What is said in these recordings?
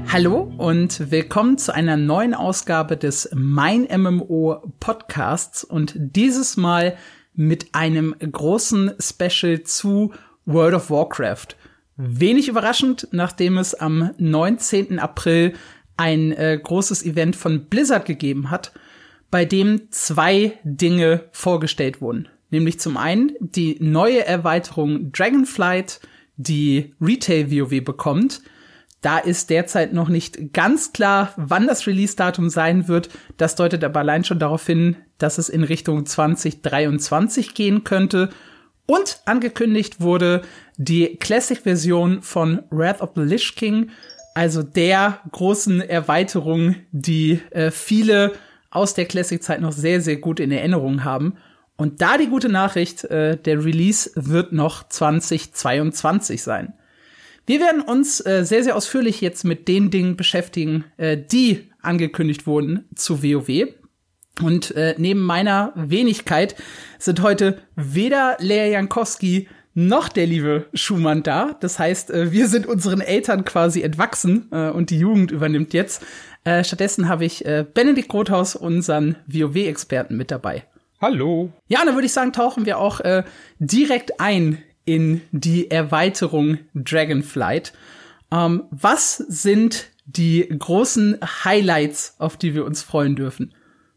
Hallo und willkommen zu einer neuen Ausgabe des Mein MMO Podcasts und dieses Mal mit einem großen Special zu World of Warcraft. Wenig überraschend, nachdem es am 19. April ein großes Event von Blizzard gegeben hat, bei dem zwei Dinge vorgestellt wurden. Nämlich zum einen die neue Erweiterung Dragonflight, die Retail-WoW bekommt. Da ist derzeit noch nicht ganz klar, wann das Release-Datum sein wird. Das deutet aber allein schon darauf hin, dass es in Richtung 2023 gehen könnte. Und angekündigt wurde die Classic-Version von Wrath of the Lich King, also der großen Erweiterung, die viele aus der Classic-Zeit noch sehr, sehr gut in Erinnerung haben. Und da die gute Nachricht, der Release wird noch 2022 sein. Wir werden uns sehr, sehr ausführlich jetzt mit den Dingen beschäftigen, die angekündigt wurden zu WoW. Und neben meiner Wenigkeit sind heute weder Lea Jankowski noch der liebe Schumann da. Das heißt, wir sind unseren Eltern quasi entwachsen und die Jugend übernimmt jetzt. Stattdessen habe ich Benedikt Grothaus, unseren WoW-Experten, mit dabei. Hallo. Ja, dann würde ich sagen, tauchen wir auch direkt ein in die Erweiterung Dragonflight. Was sind die großen Highlights, auf die wir uns freuen dürfen?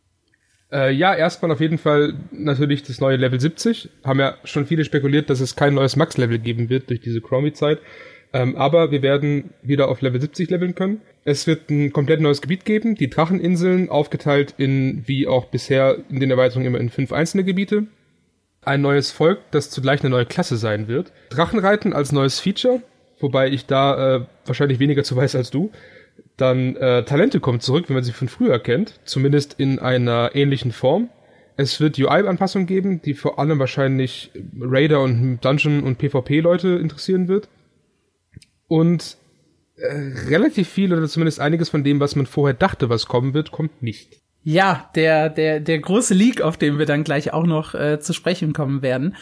Ja, erstmal auf jeden Fall natürlich das neue Level 70. Haben ja schon viele spekuliert, dass es kein neues Max-Level geben wird durch diese Chromie-Zeit. Aber wir werden wieder auf Level 70 leveln können. Es wird ein komplett neues Gebiet geben, die Dracheninseln, aufgeteilt in, wie auch bisher in den Erweiterungen, immer in 5 einzelne Gebiete. Ein neues Volk, das zugleich eine neue Klasse sein wird. Drachenreiten als neues Feature, wobei ich da wahrscheinlich weniger zu weiß als du. Dann Talente kommen zurück, wenn man sie von früher kennt, zumindest in einer ähnlichen Form. Es wird UI-Anpassungen geben, die vor allem wahrscheinlich Raider und Dungeon- und PvP-Leute interessieren wird. Und relativ viel oder zumindest einiges von dem, was man vorher dachte, was kommen wird, kommt nicht. Ja, der große Leak, auf den wir dann gleich auch noch zu sprechen kommen werden.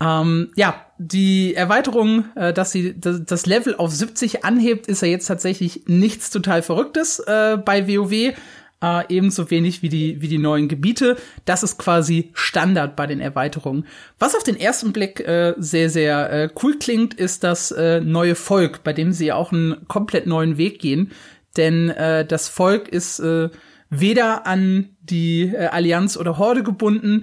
Ja, die Erweiterung, dass sie das Level auf 70 anhebt, ist ja jetzt tatsächlich nichts total Verrücktes bei WoW. Ebenso wenig wie die neuen Gebiete. Das ist quasi Standard bei den Erweiterungen. Was auf den ersten Blick sehr, sehr cool klingt, ist das neue Volk, bei dem sie ja auch einen komplett neuen Weg gehen. Denn das Volk ist weder an die Allianz oder Horde gebunden,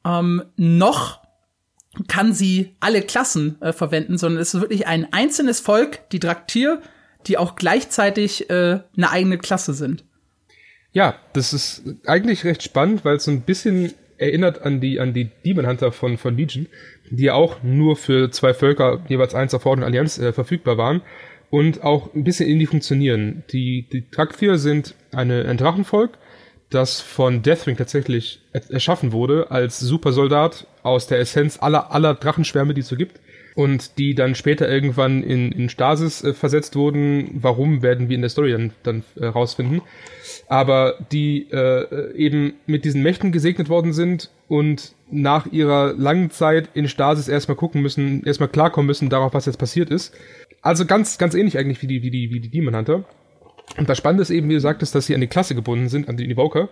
noch kann sie alle Klassen verwenden, sondern es ist wirklich ein einzelnes Volk, die Draktyr, die auch gleichzeitig eine eigene Klasse sind. Ja, das ist eigentlich recht spannend, weil es so ein bisschen erinnert an die Demon Hunter von Legion, die ja auch nur für 2 Völker, jeweils eins auf Horde und Allianz, verfügbar waren und auch ein bisschen ähnlich funktionieren. Die Draktyr sind ein Drachenvolk, das von Deathwing tatsächlich erschaffen wurde als Supersoldat aus der Essenz aller Drachenschwärme, die es so gibt. Und die dann später irgendwann in Stasis versetzt wurden. Warum, werden wir in der Story dann rausfinden. Aber die eben mit diesen Mächten gesegnet worden sind und nach ihrer langen Zeit in Stasis erstmal klarkommen müssen darauf, was jetzt passiert ist. Also ganz, ganz ähnlich eigentlich wie die Demon Hunter. Und das Spannende ist eben, wie du sagtest, dass sie an die Klasse gebunden sind, an den Invoker,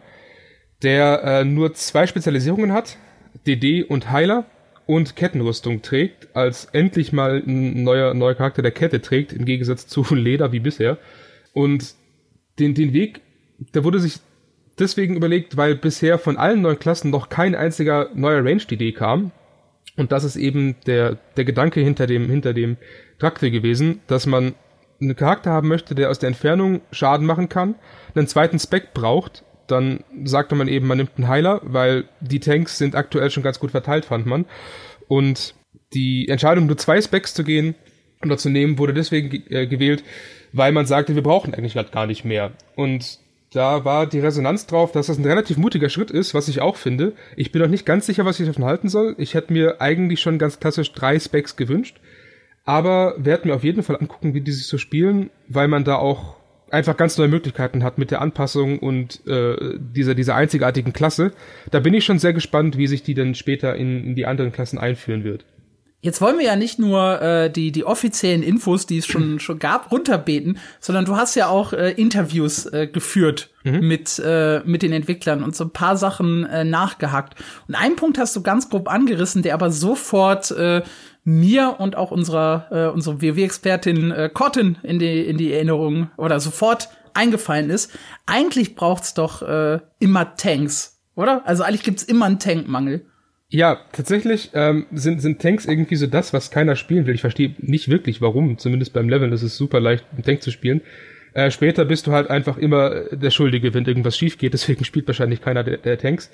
der nur 2 Spezialisierungen hat, DD und Heiler, und Kettenrüstung trägt, als endlich mal ein neuer Charakter der Kette trägt, im Gegensatz zu Leder wie bisher. Und den Weg, der wurde sich deswegen überlegt, weil bisher von allen neuen Klassen noch kein einziger neuer Ranged-Idee kam. Und das ist eben der Gedanke hinter dem Draktyr gewesen, dass man einen Charakter haben möchte, der aus der Entfernung Schaden machen kann, einen zweiten Spec braucht. Dann sagte man eben, man nimmt einen Heiler, weil die Tanks sind aktuell schon ganz gut verteilt, fand man. Und die Entscheidung, nur 2 Specs zu gehen oder zu nehmen, wurde deswegen gewählt, weil man sagte, wir brauchen eigentlich gar nicht mehr. Und da war die Resonanz drauf, dass das ein relativ mutiger Schritt ist, was ich auch finde. Ich bin noch nicht ganz sicher, was ich davon halten soll. Ich hätte mir eigentlich schon ganz klassisch 3 Specs gewünscht. Aber werde mir auf jeden Fall angucken, wie die sich so spielen, weil man da auch einfach ganz neue Möglichkeiten hat mit der Anpassung und dieser einzigartigen Klasse. Da bin ich schon sehr gespannt, wie sich die dann später in die anderen Klassen einführen wird. Jetzt wollen wir ja nicht nur die offiziellen Infos, die es schon gab, runterbeten, sondern du hast ja auch Interviews geführt mit den Entwicklern und so ein paar Sachen nachgehakt. Und einen Punkt hast du ganz grob angerissen, der aber sofort mir und auch unsere WoW-Expertin Cotton in die Erinnerung oder sofort eingefallen ist. Eigentlich braucht's doch immer Tanks, oder? Also eigentlich gibt's immer einen Tankmangel. Ja, tatsächlich sind Tanks irgendwie so das, was keiner spielen will. Ich verstehe nicht wirklich, warum. Zumindest beim Leveln ist es super leicht, einen Tank zu spielen. Später bist du halt einfach immer der Schuldige, wenn irgendwas schief geht. Deswegen spielt wahrscheinlich keiner der Tanks.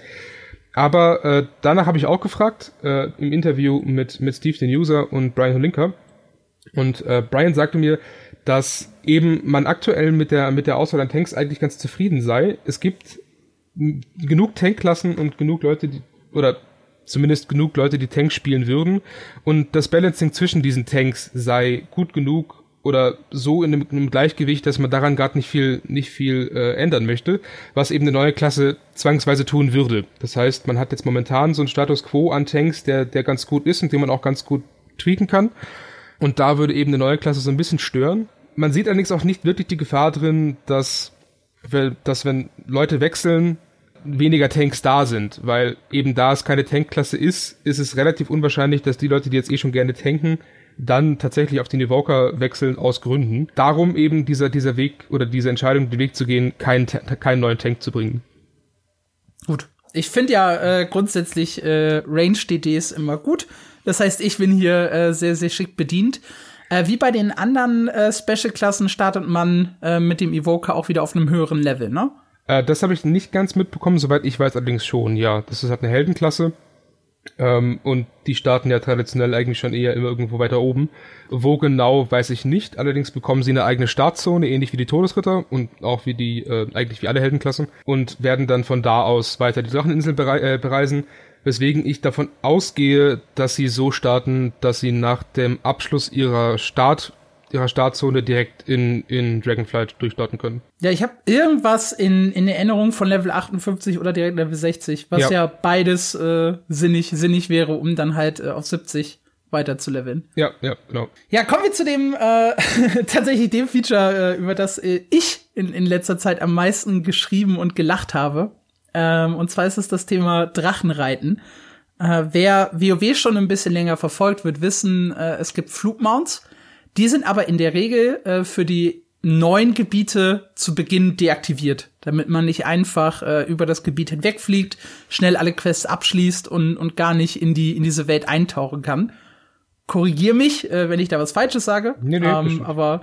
Aber danach habe ich auch gefragt, im Interview mit Steve, den User, und Brian Holinka. Und Brian sagte mir, dass eben man aktuell mit der Auswahl an Tanks eigentlich ganz zufrieden sei. Es gibt genug Tankklassen und genug Leute, zumindest genug Leute, die Tanks spielen würden. Und das Balancing zwischen diesen Tanks sei gut genug oder so in einem Gleichgewicht, dass man daran gerade nicht viel ändern möchte, was eben eine neue Klasse zwangsweise tun würde. Das heißt, man hat jetzt momentan so einen Status Quo an Tanks, der ganz gut ist und den man auch ganz gut tweaken kann. Und da würde eben eine neue Klasse so ein bisschen stören. Man sieht allerdings auch nicht wirklich die Gefahr drin, dass wenn Leute wechseln, weniger Tanks da sind, weil eben da es keine Tankklasse ist es relativ unwahrscheinlich, dass die Leute, die jetzt schon gerne tanken, dann tatsächlich auf den Evoker wechseln aus Gründen. Darum eben dieser Weg oder diese Entscheidung, den Weg zu gehen, keinen neuen Tank zu bringen. Gut. Ich finde ja grundsätzlich Range-DDs immer gut. Das heißt, ich bin hier sehr, sehr schick bedient. Wie bei den anderen Special-Klassen startet man mit dem Evoker auch wieder auf einem höheren Level, ne? Das habe ich nicht ganz mitbekommen, soweit ich weiß allerdings schon, ja. Das ist halt eine Heldenklasse. Und die starten ja traditionell eigentlich schon eher immer irgendwo weiter oben. Wo genau, weiß ich nicht. Allerdings bekommen sie eine eigene Startzone, ähnlich wie die Todesritter und auch eigentlich wie alle Heldenklassen. Und werden dann von da aus weiter die Dracheninsel bereisen. Weswegen ich davon ausgehe, dass sie so starten, dass sie nach dem Abschluss ihrer Startzone direkt in Dragonflight durchstarten können. Ja, ich habe irgendwas in Erinnerung von Level 58 oder direkt Level 60, was ja beides sinnig wäre, um dann halt auf 70 weiter zu leveln. Ja, genau. Ja, kommen wir zu dem tatsächlich dem Feature, über das ich in letzter Zeit am meisten geschrieben und gelacht habe. Und zwar ist es das Thema Drachenreiten. Wer WoW schon ein bisschen länger verfolgt, wird wissen, es gibt Flugmounts. Die sind aber in der Regel für die neuen Gebiete zu Beginn deaktiviert, damit man nicht einfach über das Gebiet hinwegfliegt, schnell alle Quests abschließt und gar nicht in diese Welt eintauchen kann. Korrigier mich, wenn ich da was Falsches sage. Nee, aber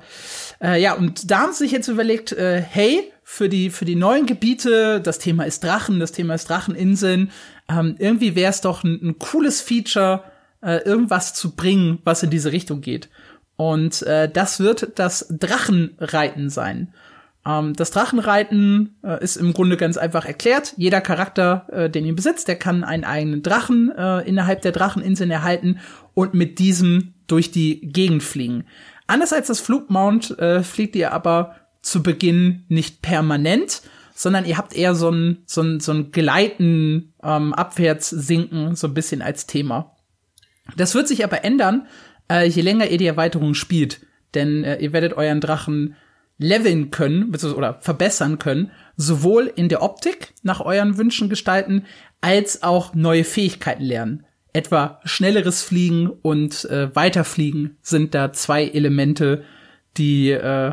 und da haben sie sich jetzt überlegt, hey, für die neuen Gebiete, das Thema ist Drachen, das Thema ist Dracheninseln, irgendwie wäre es doch ein cooles Feature, irgendwas zu bringen, was in diese Richtung geht. Und das wird das Drachenreiten sein. Das Drachenreiten ist im Grunde ganz einfach erklärt. Jeder Charakter, den ihr besitzt, der kann einen eigenen Drachen innerhalb der Dracheninseln erhalten und mit diesem durch die Gegend fliegen. Anders als das Flugmount fliegt ihr aber zu Beginn nicht permanent, sondern ihr habt eher so ein Gleiten, abwärts sinken, so ein bisschen als Thema. Das wird sich aber ändern, je länger ihr die Erweiterung spielt. Denn ihr werdet euren Drachen leveln können, oder verbessern können, sowohl in der Optik nach euren Wünschen gestalten, als auch neue Fähigkeiten lernen. Etwa schnelleres Fliegen und Weiterfliegen sind da zwei Elemente, die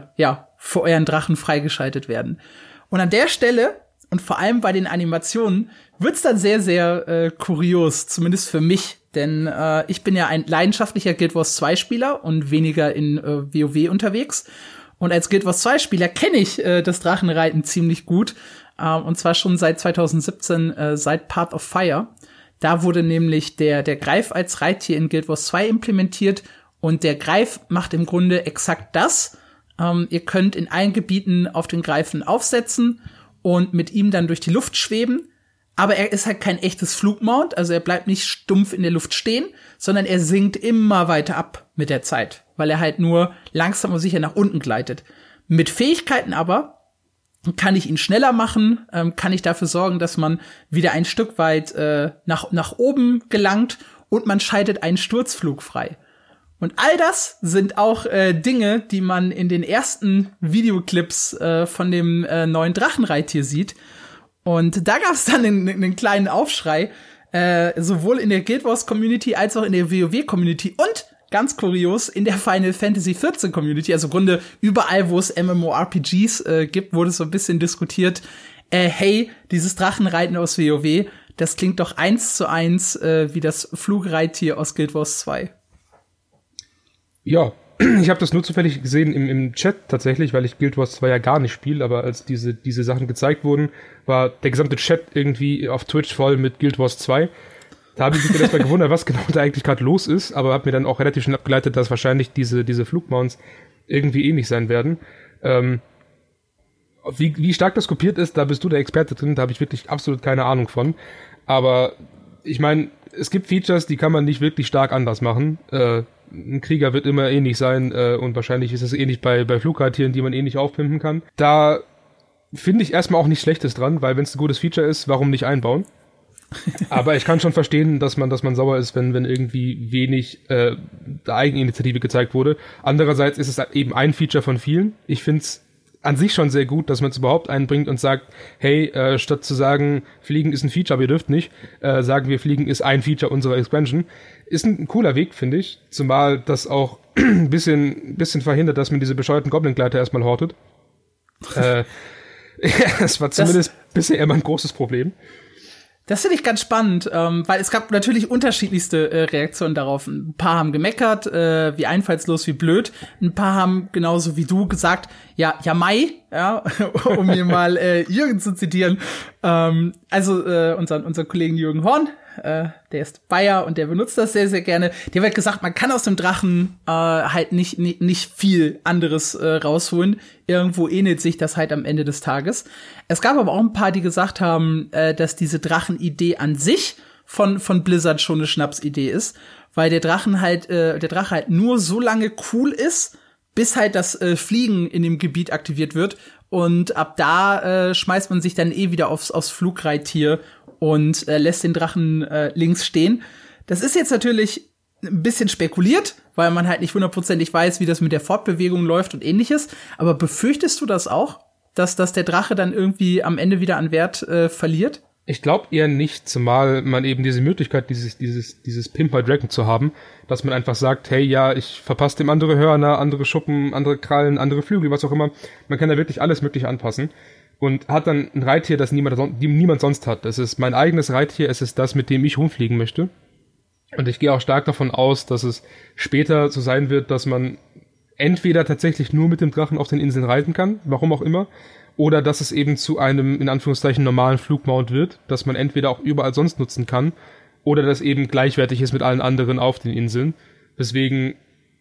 für euren Drachen freigeschaltet werden. Und an der Stelle, und vor allem bei den Animationen, wird's dann sehr, sehr kurios, zumindest für mich. Denn ich bin ja ein leidenschaftlicher Guild Wars 2 Spieler und weniger in WoW unterwegs. Und als Guild Wars 2 Spieler kenne ich das Drachenreiten ziemlich gut. Und zwar schon seit 2017, seit Path of Fire. Da wurde nämlich der Greif als Reittier in Guild Wars 2 implementiert. Und der Greif macht im Grunde exakt das. Ihr könnt in allen Gebieten auf den Greifen aufsetzen und mit ihm dann durch die Luft schweben. Aber er ist halt kein echtes Flugmount, also er bleibt nicht stumpf in der Luft stehen, sondern er sinkt immer weiter ab mit der Zeit, weil er halt nur langsam und sicher nach unten gleitet. Mit Fähigkeiten aber kann ich ihn schneller machen, kann ich dafür sorgen, dass man wieder ein Stück weit nach oben gelangt und man schaltet einen Sturzflug frei. Und all das sind auch Dinge, die man in den ersten Videoclips von dem neuen Drachenreittier sieht. Und da gab es dann einen kleinen Aufschrei, sowohl in der Guild Wars Community als auch in der WoW Community und ganz kurios in der Final Fantasy XIV Community, also im Grunde überall, wo es MMORPGs gibt, wurde so ein bisschen diskutiert, hey, dieses Drachenreiten aus WoW, das klingt doch 1:1 wie das Flugreittier aus Guild Wars 2. Ja, ich habe das nur zufällig gesehen im Chat tatsächlich, weil ich Guild Wars 2 ja gar nicht spiele, aber als diese Sachen gezeigt wurden, war der gesamte Chat irgendwie auf Twitch voll mit Guild Wars 2. Da habe ich mich erstmal gewundert, was genau da eigentlich gerade los ist, aber habe mir dann auch relativ schnell abgeleitet, dass wahrscheinlich diese Flugmounts irgendwie ähnlich sein werden. Wie stark das kopiert ist, da bist du der Experte drin, da habe ich wirklich absolut keine Ahnung von. Aber ich meine, es gibt Features, die kann man nicht wirklich stark anders machen. Ein Krieger wird immer ähnlich sein und wahrscheinlich ist es ähnlich bei Flugreittieren, die man ähnlich aufpimpen kann. Da finde ich erstmal auch nichts Schlechtes dran, weil wenn es ein gutes Feature ist, warum nicht einbauen? Aber ich kann schon verstehen, dass man sauer ist, wenn irgendwie wenig Eigeninitiative gezeigt wurde. Andererseits ist es eben ein Feature von vielen. Ich finde es an sich schon sehr gut, dass man es überhaupt einbringt und sagt, hey, statt zu sagen, Fliegen ist ein Feature, aber ihr dürft nicht, sagen wir, Fliegen ist ein Feature unserer Expansion. Ist ein cooler Weg, finde ich. Zumal das auch ein bisschen verhindert, dass man diese bescheuerten Goblin-Gleiter erstmal hortet. Das war zumindest bisher immer ein großes Problem. Das finde ich ganz spannend, weil es gab natürlich unterschiedlichste Reaktionen darauf. Ein paar haben gemeckert, wie einfallslos, wie blöd. Ein paar haben genauso wie du gesagt, ja Mai, ja, um hier mal Jürgen zu zitieren. Unser Kollegen Jürgen Horn, der ist Bayer und der benutzt das sehr, sehr gerne. Der hat gesagt, man kann aus dem Drachen halt nicht viel anderes rausholen. Irgendwo ähnelt sich das halt am Ende des Tages. Es gab aber auch ein paar, die gesagt haben, dass diese Drachenidee an sich von Blizzard schon eine Schnapsidee ist, weil der Drache halt nur so lange cool ist, bis halt das Fliegen in dem Gebiet aktiviert wird. Und ab da schmeißt man sich dann wieder aufs Flugreittier und lässt den Drachen links stehen. Das ist jetzt natürlich ein bisschen spekuliert, weil man halt nicht hundertprozentig weiß, wie das mit der Fortbewegung läuft und ähnliches. Aber befürchtest du das auch, dass der Drache dann irgendwie am Ende wieder an Wert verliert? Ich glaube eher nicht, zumal man eben diese Möglichkeit, dieses Pimp by Dragon zu haben, dass man einfach sagt, hey, ja, ich verpasse dem andere Hörner, andere Schuppen, andere Krallen, andere Flügel, was auch immer. Man kann da wirklich alles Mögliche anpassen und hat dann ein Reittier, das niemand sonst hat. Das ist mein eigenes Reittier, es ist das, mit dem ich rumfliegen möchte. Und ich gehe auch stark davon aus, dass es später so sein wird, dass man entweder tatsächlich nur mit dem Drachen auf den Inseln reiten kann, warum auch immer, oder dass es eben zu einem, in Anführungszeichen, normalen Flugmount wird, dass man entweder auch überall sonst nutzen kann, oder das eben gleichwertig ist mit allen anderen auf den Inseln. Deswegen,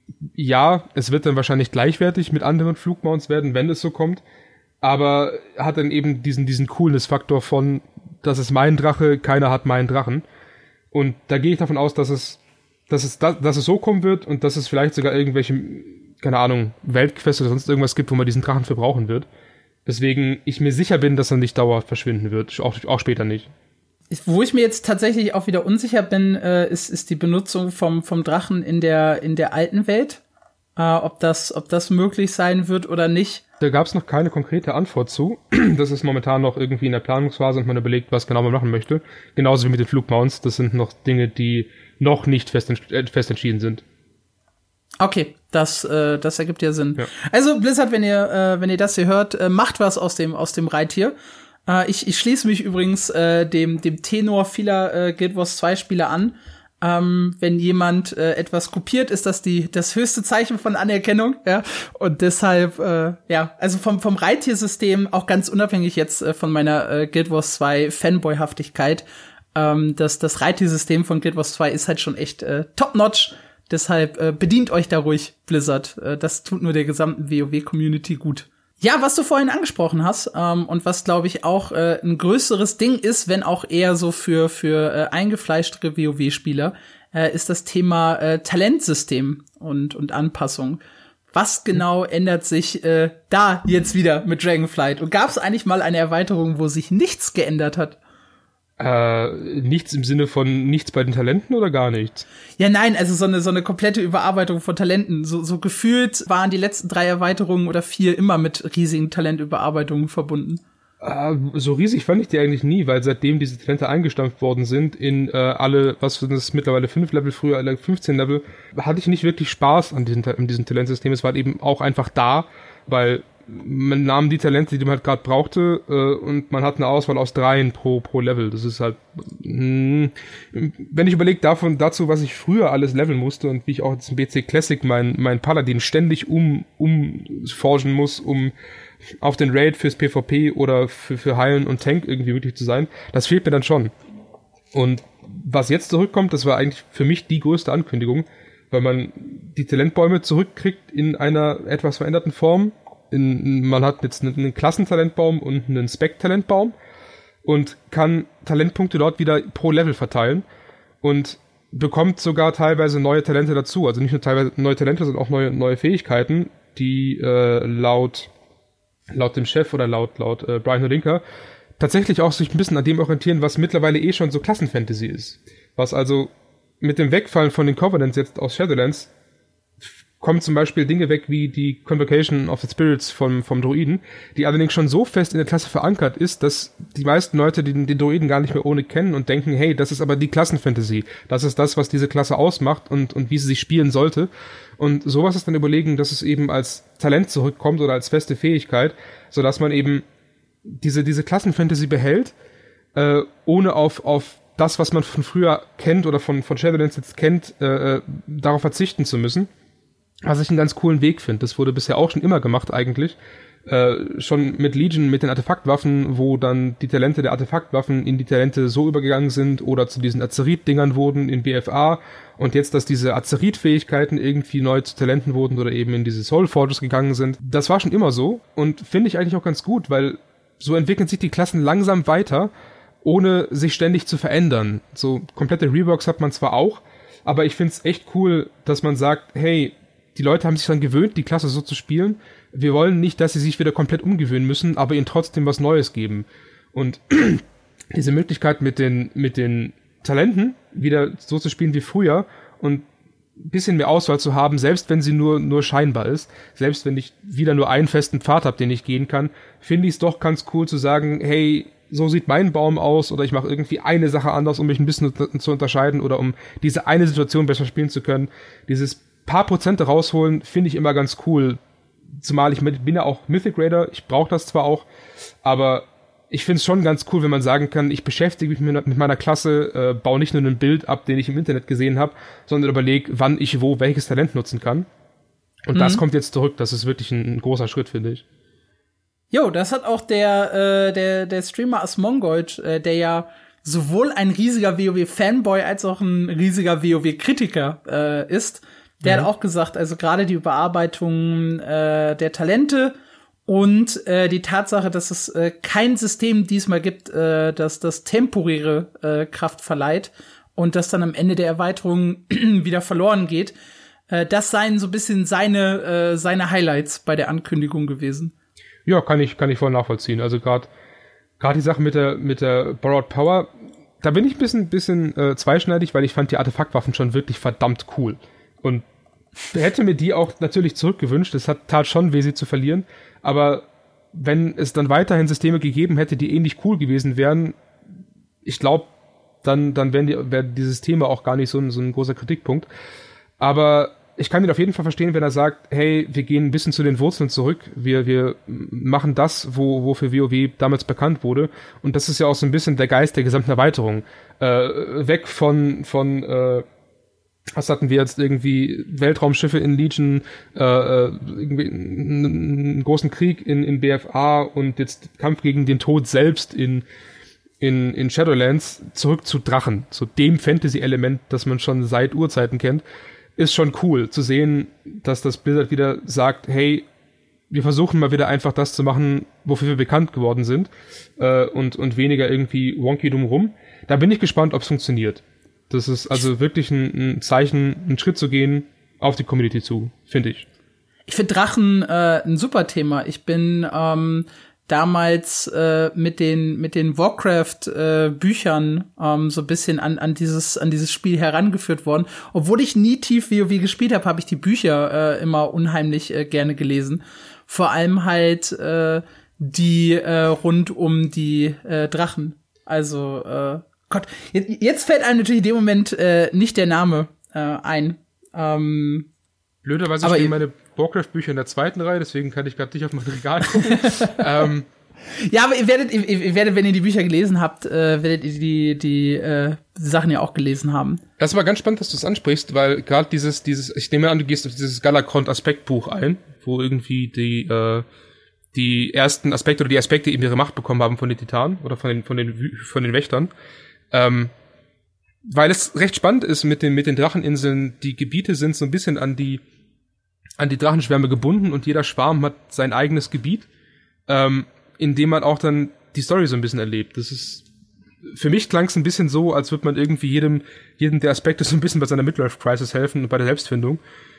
ja, es wird dann wahrscheinlich gleichwertig mit anderen Flugmounts werden, wenn es so kommt, aber hat dann eben diesen Coolness-Faktor von, das ist mein Drache, keiner hat meinen Drachen. Und da gehe ich davon aus, dass es so kommen wird und dass es vielleicht sogar irgendwelche, keine Ahnung, Weltquests oder sonst irgendwas gibt, wo man diesen Drachen für brauchen wird. Deswegen ich mir sicher bin, dass er nicht dauerhaft verschwinden wird, auch später nicht. Wo ich mir jetzt tatsächlich auch wieder unsicher bin, ist die Benutzung vom Drachen in der alten Welt. Ob das möglich sein wird oder nicht. Da gab es noch keine konkrete Antwort zu. Das ist momentan noch irgendwie in der Planungsphase und man überlegt, was genau man machen möchte. Genauso wie mit den Flugmounts. Das sind noch Dinge, die noch nicht fest entschieden sind. Okay, das ergibt ja Sinn. Ja. Also Blizzard, wenn ihr das hier hört, macht was aus dem Reittier. Ich schließe mich übrigens dem Tenor vieler Guild Wars 2 Spieler an. Wenn jemand etwas kopiert, ist das das höchste Zeichen von Anerkennung, ja. Und deshalb, also vom Reittiersystem, auch ganz unabhängig jetzt von meiner Guild Wars 2 Fanboy-Haftigkeit, das Reittiersystem von Guild Wars 2 ist halt schon echt top-notch. Deshalb bedient euch da ruhig, Blizzard. Das tut nur der gesamten WoW-Community gut. Ja, was du vorhin angesprochen hast, und was, glaube ich, auch ein größeres Ding ist, wenn auch eher so für eingefleischtere WoW-Spieler, ist das Thema Talentsystem und Anpassung. Was genau ändert sich da jetzt wieder mit Dragonflight? Und gab es eigentlich mal eine Erweiterung, wo sich nichts geändert hat? Nichts im Sinne von nichts bei den Talenten oder gar nichts? Ja, nein, also so eine komplette Überarbeitung von Talenten. So gefühlt waren die letzten 3 Erweiterungen oder 4 immer mit riesigen Talentüberarbeitungen verbunden. So riesig fand ich die eigentlich nie, weil seitdem diese Talente eingestampft worden sind in alle, was sind das mittlerweile 5 Level, früher alle 15 Level, hatte ich nicht wirklich Spaß an diesem Talentsystem. Es war eben auch einfach da, weil man nahm die Talente, die man halt gerade brauchte, und man hat eine Auswahl aus 3 pro Level. Das ist halt, wenn ich überlege dazu, was ich früher alles leveln musste und wie ich auch jetzt im BC Classic mein Paladin ständig umforgen muss, um auf den Raid fürs PvP oder für Heilen und Tank irgendwie möglich zu sein, das fehlt mir dann schon. Und was jetzt zurückkommt, das war eigentlich für mich die größte Ankündigung, weil man die Talentbäume zurückkriegt in einer etwas veränderten Form. Man hat jetzt einen Klassentalentbaum und einen Spec-Talentbaum und kann Talentpunkte dort wieder pro Level verteilen und bekommt sogar teilweise neue Talente dazu. Also nicht nur teilweise neue Talente, sondern auch neue Fähigkeiten, die laut dem Chef oder laut Brian Holinka tatsächlich auch sich ein bisschen an dem orientieren, was mittlerweile schon so Klassenfantasy ist. Was also mit dem Wegfallen von den Covenants jetzt aus Shadowlands kommen zum Beispiel Dinge weg wie die Convocation of the Spirits vom Druiden, die allerdings schon so fest in der Klasse verankert ist, dass die meisten Leute den Druiden gar nicht mehr ohne kennen und denken, hey, das ist aber die Klassenfantasy. Das ist das, was diese Klasse ausmacht und wie sie sich spielen sollte. Und sowas ist dann überlegen, dass es eben als Talent zurückkommt oder als feste Fähigkeit, sodass man eben diese Klassenfantasy behält, ohne auf das, was man von früher kennt oder von Shadowlands jetzt kennt, darauf verzichten zu müssen. Was ich einen ganz coolen Weg finde. Das wurde bisher auch schon immer gemacht eigentlich. Schon mit Legion, mit den Artefaktwaffen, wo dann die Talente der Artefaktwaffen in die Talente so übergegangen sind oder zu diesen Azerit-Dingern wurden in BFA und jetzt, dass diese Azerit-Fähigkeiten irgendwie neu zu Talenten wurden oder eben in diese Soul Forges gegangen sind. Das war schon immer so und finde ich eigentlich auch ganz gut, weil so entwickeln sich die Klassen langsam weiter, ohne sich ständig zu verändern. So komplette Reworks hat man zwar auch, aber ich finde es echt cool, dass man sagt, hey, die Leute haben sich dann gewöhnt, die Klasse so zu spielen. Wir wollen nicht, dass sie sich wieder komplett umgewöhnen müssen, aber ihnen trotzdem was Neues geben. Und diese Möglichkeit mit den Talenten wieder so zu spielen wie früher und ein bisschen mehr Auswahl zu haben, selbst wenn sie nur scheinbar ist, selbst wenn ich wieder nur einen festen Pfad habe, den ich gehen kann, finde ich es doch ganz cool zu sagen, hey, so sieht mein Baum aus oder ich mache irgendwie eine Sache anders, um mich ein bisschen zu unterscheiden oder um diese eine Situation besser spielen zu können. Dieses paar Prozente rausholen, finde ich immer ganz cool. Zumal ich bin ja auch Mythic Raider, ich brauche das zwar auch, aber ich finde es schon ganz cool, wenn man sagen kann, ich beschäftige mich mit meiner Klasse, baue nicht nur ein Bild ab, den ich im Internet gesehen habe, sondern überlege, wann ich welches Talent nutzen kann. Und das kommt jetzt zurück, das ist wirklich ein großer Schritt, finde ich. Jo, das hat auch der Streamer Asmongold, der ja sowohl ein riesiger WoW-Fanboy als auch ein riesiger WoW-Kritiker ist, der hat auch gesagt, also gerade die Überarbeitung der Talente und die Tatsache, dass es kein System diesmal gibt, das das temporäre Kraft verleiht und das dann am Ende der Erweiterung wieder verloren geht, das seien so ein bisschen seine Highlights bei der Ankündigung gewesen. Ja, kann ich voll nachvollziehen. Also gerade die Sache mit der Borrowed Power, da bin ich ein bisschen zweischneidig, weil ich fand die Artefaktwaffen schon wirklich verdammt cool. Und hätte mir die auch natürlich zurückgewünscht. Es tat schon weh, sie zu verlieren. Aber wenn es dann weiterhin Systeme gegeben hätte, die ähnlich cool gewesen wären, ich glaube, dann wären die Systeme auch gar nicht so ein großer Kritikpunkt. Aber ich kann ihn auf jeden Fall verstehen, wenn er sagt, hey, wir gehen ein bisschen zu den Wurzeln zurück. Wir machen das, wofür WoW damals bekannt wurde. Und das ist ja auch so ein bisschen der Geist der gesamten Erweiterung. Weg von was hatten wir jetzt irgendwie Weltraumschiffe in Legion, irgendwie einen großen Krieg in BFA und jetzt Kampf gegen den Tod selbst in Shadowlands, zurück zu Drachen, zu dem Fantasy-Element, das man schon seit Urzeiten kennt, ist schon cool zu sehen, dass das Blizzard wieder sagt, hey, wir versuchen mal wieder einfach das zu machen, wofür wir bekannt geworden sind, und weniger irgendwie wonky drumherum. Da bin ich gespannt, ob es funktioniert. Das ist also wirklich ein Zeichen, einen Schritt zu gehen auf die Community zu, finde ich. Ich finde Drachen ein super Thema. Ich bin damals mit den Warcraft Büchern so ein bisschen an dieses Spiel herangeführt worden. Obwohl ich nie tief WoW gespielt habe ich die Bücher immer unheimlich gerne gelesen. Vor allem halt die rund um die Drachen. Also Gott, jetzt fällt einem natürlich in dem Moment nicht der Name ein. Blöderweise stehen meine Warcraft-Bücher in der zweiten Reihe, deswegen kann ich gerade nicht auf mein Regal gucken. Ja, aber ihr werdet, wenn ihr die Bücher gelesen habt, werdet ihr die Sachen ja auch gelesen haben. Das war ganz spannend, dass du es ansprichst, weil gerade dieses, ich nehme an, du gehst auf dieses Galakrond-Aspektbuch ein, wo irgendwie die ersten Aspekte oder die Aspekte eben ihre Macht bekommen haben von den Titanen oder von den Wächtern. Weil es recht spannend ist mit den Dracheninseln, die Gebiete sind so ein bisschen an die Drachenschwärme gebunden und jeder Schwarm hat sein eigenes Gebiet, in dem man auch dann die Story so ein bisschen erlebt. Das ist, für mich klang es ein bisschen so, als würde man irgendwie jedem der Aspekte so ein bisschen bei seiner Midlife-Crisis helfen und bei der Selbstfindung.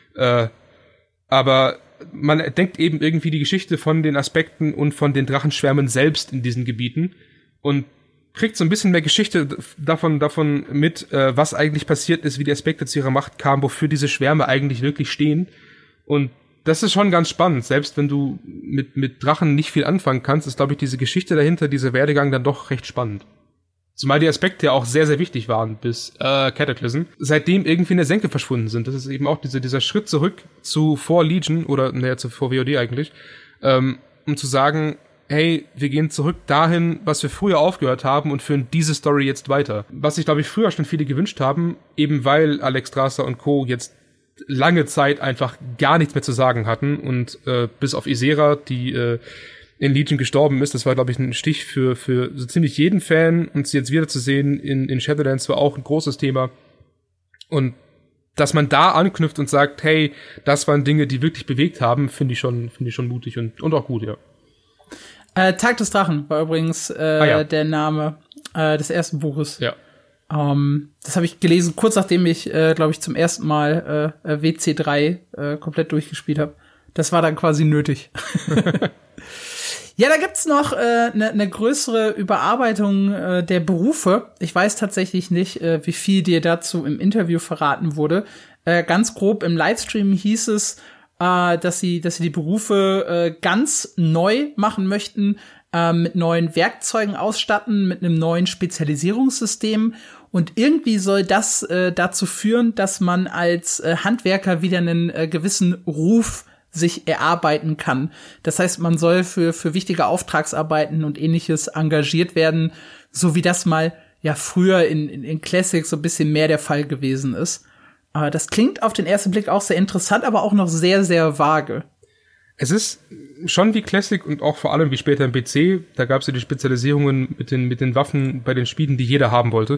Aber man denkt eben irgendwie die Geschichte von den Aspekten und von den Drachenschwärmen selbst in diesen Gebieten und kriegt so ein bisschen mehr Geschichte davon mit, was eigentlich passiert ist, wie die Aspekte zu ihrer Macht kamen, wofür diese Schwärme eigentlich wirklich stehen. Und das ist schon ganz spannend. Selbst wenn du mit Drachen nicht viel anfangen kannst, ist, glaube ich, diese Geschichte dahinter, dieser Werdegang dann doch recht spannend. Zumal die Aspekte ja auch sehr, sehr wichtig waren bis Cataclysm. Seitdem irgendwie in der Senke verschwunden sind. Das ist eben auch dieser Schritt zurück zu vor Legion oder zu vor WoD eigentlich, um zu sagen, hey, wir gehen zurück dahin, was wir früher aufgehört haben und führen diese Story jetzt weiter. Was sich, glaube ich, früher schon viele gewünscht haben, eben weil Alex Strasser und Co. jetzt lange Zeit einfach gar nichts mehr zu sagen hatten und bis auf Ysera, die in Legion gestorben ist, das war, glaube ich, ein Stich für so ziemlich jeden Fan und sie jetzt wiederzusehen in Shadowlands war auch ein großes Thema. Und dass man da anknüpft und sagt, hey, das waren Dinge, die wirklich bewegt haben, finde ich schon mutig und auch gut, ja. Tag des Drachen war übrigens der Name des ersten Buches. Ja. Das habe ich gelesen, kurz nachdem ich, glaube ich, zum ersten Mal WC3 komplett durchgespielt habe. Das war dann quasi nötig. Ja, da gibt's noch eine größere Überarbeitung der Berufe. Ich weiß tatsächlich nicht, wie viel dir dazu im Interview verraten wurde. Ganz grob im Livestream hieß es, dass sie die Berufe ganz neu machen möchten, mit neuen Werkzeugen ausstatten, mit einem neuen Spezialisierungssystem. Und irgendwie soll das dazu führen, dass man als Handwerker wieder einen gewissen Ruf sich erarbeiten kann. Das heißt, man soll für wichtige Auftragsarbeiten und Ähnliches engagiert werden, so wie das mal ja früher in Classic so ein bisschen mehr der Fall gewesen ist. Das klingt auf den ersten Blick auch sehr interessant, aber auch noch sehr, sehr vage. Es ist schon wie Classic und auch vor allem wie später im PC. Da gab es ja die Spezialisierungen mit den Waffen bei den Spielen, die jeder haben wollte.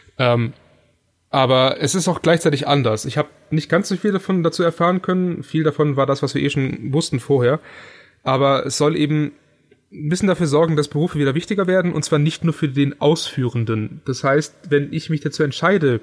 Aber es ist auch gleichzeitig anders. Ich habe nicht ganz so viel davon dazu erfahren können. Viel davon war das, was wir schon wussten vorher. Aber es soll eben ein bisschen dafür sorgen, dass Berufe wieder wichtiger werden. Und zwar nicht nur für den Ausführenden. Das heißt, wenn ich mich dazu entscheide,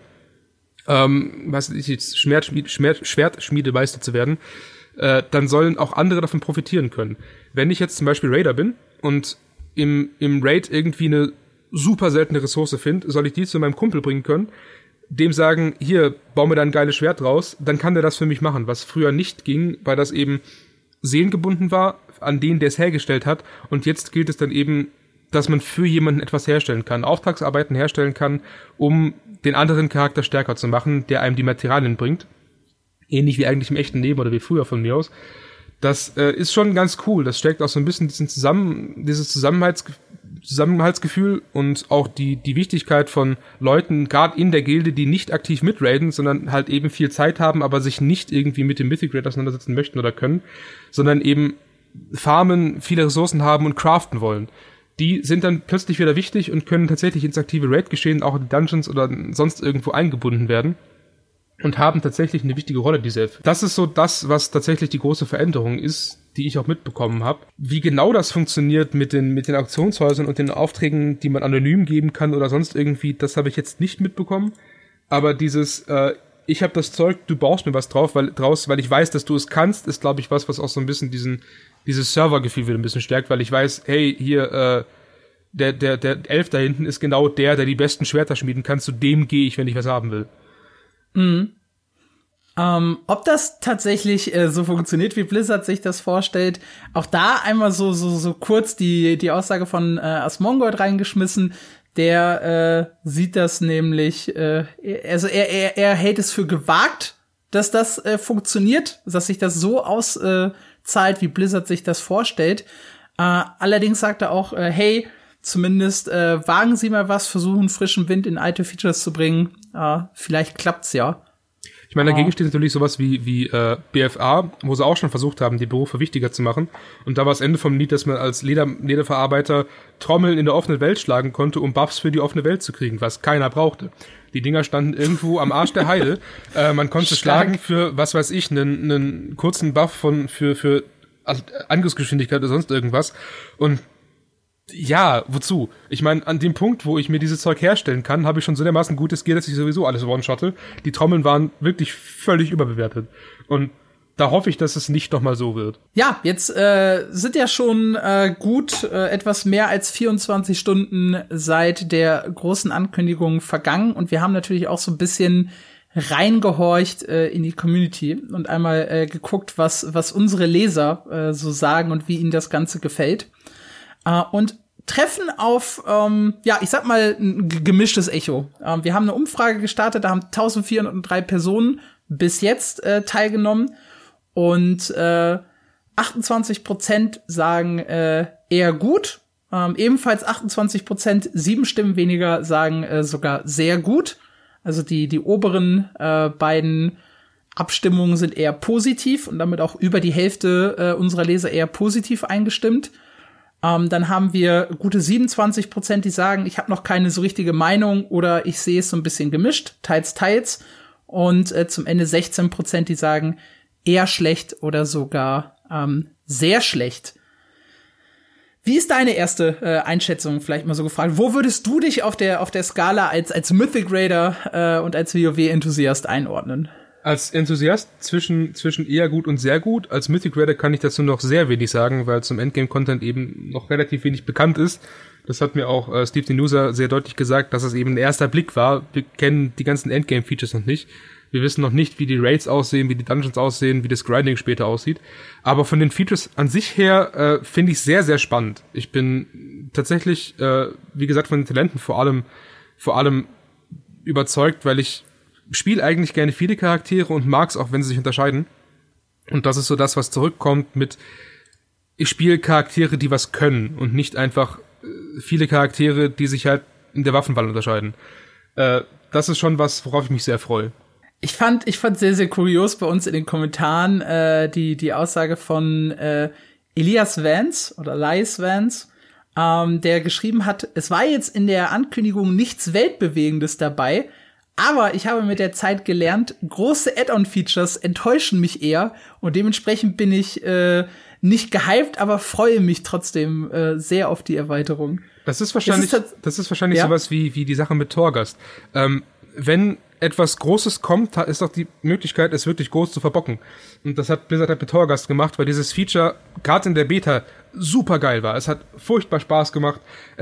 Schwertschmiedemeister zu werden, dann sollen auch andere davon profitieren können. Wenn ich jetzt zum Beispiel Raider bin und im Raid irgendwie eine super seltene Ressource finde, soll ich die zu meinem Kumpel bringen können, dem sagen, hier, bau mir da ein geiles Schwert raus, dann kann der das für mich machen, was früher nicht ging, weil das eben seelengebunden war, an den, der es hergestellt hat, und jetzt gilt es dann eben, dass man für jemanden etwas herstellen kann, Auftragsarbeiten herstellen kann, um den anderen Charakter stärker zu machen, der einem die Materialien bringt. Ähnlich wie eigentlich im echten Leben oder wie früher von mir aus. Das ist schon ganz cool. Das steckt auch so ein bisschen dieses Zusammenhaltsgefühl und auch die Wichtigkeit von Leuten, gerade in der Gilde, die nicht aktiv mitraiden, sondern halt eben viel Zeit haben, aber sich nicht irgendwie mit dem Mythic Raid auseinandersetzen möchten oder können, sondern eben farmen, viele Ressourcen haben und craften wollen. Die sind dann plötzlich wieder wichtig und können tatsächlich ins aktive Raid-Geschehen, auch in die Dungeons oder sonst irgendwo eingebunden werden. Und haben tatsächlich eine wichtige Rolle, die Elf. Das ist so das, was tatsächlich die große Veränderung ist, die ich auch mitbekommen habe. Wie genau das funktioniert mit den Auktionshäusern und den Aufträgen, die man anonym geben kann oder sonst irgendwie, das habe ich jetzt nicht mitbekommen. Aber dieses, ich habe das Zeug, du baust mir was draus, weil ich weiß, dass du es kannst, ist, glaube ich, was auch so ein bisschen dieses Servergefühl wieder ein bisschen stärkt, weil ich weiß, hey, hier, der Elf da hinten ist genau der die besten Schwerter schmieden kann, zu dem gehe ich, wenn ich was haben will. Ob das tatsächlich so funktioniert, wie Blizzard sich das vorstellt, auch da einmal so kurz die Aussage von Asmongold reingeschmissen. Der sieht das nämlich, also er hält es für gewagt, dass das funktioniert, dass sich das so auszahlt, wie Blizzard sich das vorstellt. Allerdings sagt er auch, hey, zumindest wagen Sie mal was, versuchen frischen Wind in alte Features zu bringen. Vielleicht klappt's ja. Ich meine, dagegen steht natürlich sowas wie BFA, wo sie auch schon versucht haben, die Berufe wichtiger zu machen. Und da war das Ende vom Lied, dass man als Lederverarbeiter Trommeln in der offenen Welt schlagen konnte, um Buffs für die offene Welt zu kriegen, was keiner brauchte. Die Dinger standen irgendwo am Arsch der Heide. Man konnte schlagen für, was weiß ich, einen kurzen Buff für Angriffsgeschwindigkeit oder sonst irgendwas. Und ja, wozu? Ich meine, an dem Punkt, wo ich mir dieses Zeug herstellen kann, habe ich schon so dermaßen gutes Gear, dass ich sowieso alles one-shotte. Die Trommeln waren wirklich völlig überbewertet. Und da hoffe ich, dass es nicht noch mal so wird. Ja, jetzt sind ja schon gut etwas mehr als 24 Stunden seit der großen Ankündigung vergangen. Und wir haben natürlich auch so ein bisschen reingehorcht in die Community und einmal geguckt, was unsere Leser so sagen und wie ihnen das Ganze gefällt. Und treffen auf, ich sag mal, ein gemischtes Echo. Wir haben eine Umfrage gestartet, da haben 1403 Personen bis jetzt teilgenommen und 28% sagen eher gut. Ebenfalls 28%, 7 Stimmen weniger, sagen sogar sehr gut. Also die oberen beiden Abstimmungen sind eher positiv und damit auch über die Hälfte unserer Leser eher positiv eingestimmt. Dann haben wir gute 27%, die sagen, ich habe noch keine so richtige Meinung oder ich sehe es so ein bisschen gemischt, teils. Und zum Ende 16%, die sagen, eher schlecht oder sogar sehr schlecht. Wie ist deine erste Einschätzung, vielleicht mal so gefragt? Wo würdest du dich auf der Skala als Mythic Raider und als WoW-Enthusiast einordnen? Als Enthusiast zwischen eher gut und sehr gut. Als Mythic Raider kann ich dazu noch sehr wenig sagen, weil zum Endgame-Content eben noch relativ wenig bekannt ist. Das hat mir auch Steve Denusa sehr deutlich gesagt, dass es eben ein erster Blick war. Wir kennen die ganzen Endgame-Features noch nicht. Wir wissen noch nicht, wie die Raids aussehen, wie die Dungeons aussehen, wie das Grinding später aussieht. Aber von den Features an sich her finde ich sehr, sehr spannend. Ich bin tatsächlich, wie gesagt, von den Talenten vor allem überzeugt, weil ich spiele eigentlich gerne viele Charaktere und mag's auch, wenn sie sich unterscheiden. Und das ist so das, was zurückkommt mit, ich spiele Charaktere, die was können und nicht einfach viele Charaktere, die sich halt in der Waffenwahl unterscheiden. Das ist schon was, worauf ich mich sehr freue. Ich fand sehr, sehr kurios bei uns in den Kommentaren die Aussage von Elias Vance oder Elias Vance, der geschrieben hat, es war jetzt in der Ankündigung nichts Weltbewegendes dabei, aber ich habe mit der Zeit gelernt, große Add-on-Features enttäuschen mich eher und dementsprechend bin ich nicht gehypt, aber freue mich trotzdem sehr auf die Erweiterung. Das ist wahrscheinlich ja? Sowas wie die Sache mit Torghast. Wenn etwas Großes kommt, ist doch die Möglichkeit, es wirklich groß zu verbocken. Und das hat Blizzard mit Torghast gemacht, weil dieses Feature gerade in der Beta super geil war. Es hat furchtbar Spaß gemacht.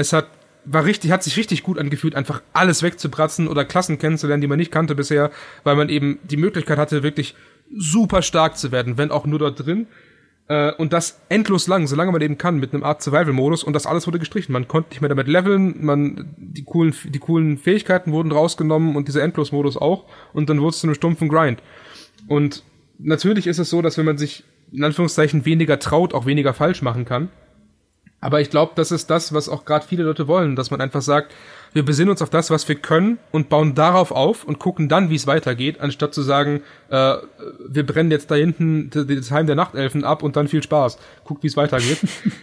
Hat sich richtig gut angefühlt, einfach alles wegzubratzen oder Klassen kennenzulernen, die man nicht kannte bisher, weil man eben die Möglichkeit hatte, wirklich super stark zu werden, wenn auch nur dort drin. Und das endlos lang, solange man eben kann, mit einem Art Survival-Modus, und das alles wurde gestrichen. Man konnte nicht mehr damit leveln, die coolen Fähigkeiten wurden rausgenommen und dieser Endlos-Modus auch, und dann wurde es zu einem stumpfen Grind. Und natürlich ist es so, dass wenn man sich in Anführungszeichen weniger traut, auch weniger falsch machen kann. Aber ich glaube, das ist das, was auch gerade viele Leute wollen, dass man einfach sagt, wir besinnen uns auf das, was wir können und bauen darauf auf und gucken dann, wie es weitergeht, anstatt zu sagen, wir brennen jetzt da hinten das Heim der Nachtelfen ab und dann viel Spaß. Guckt, wie es weitergeht.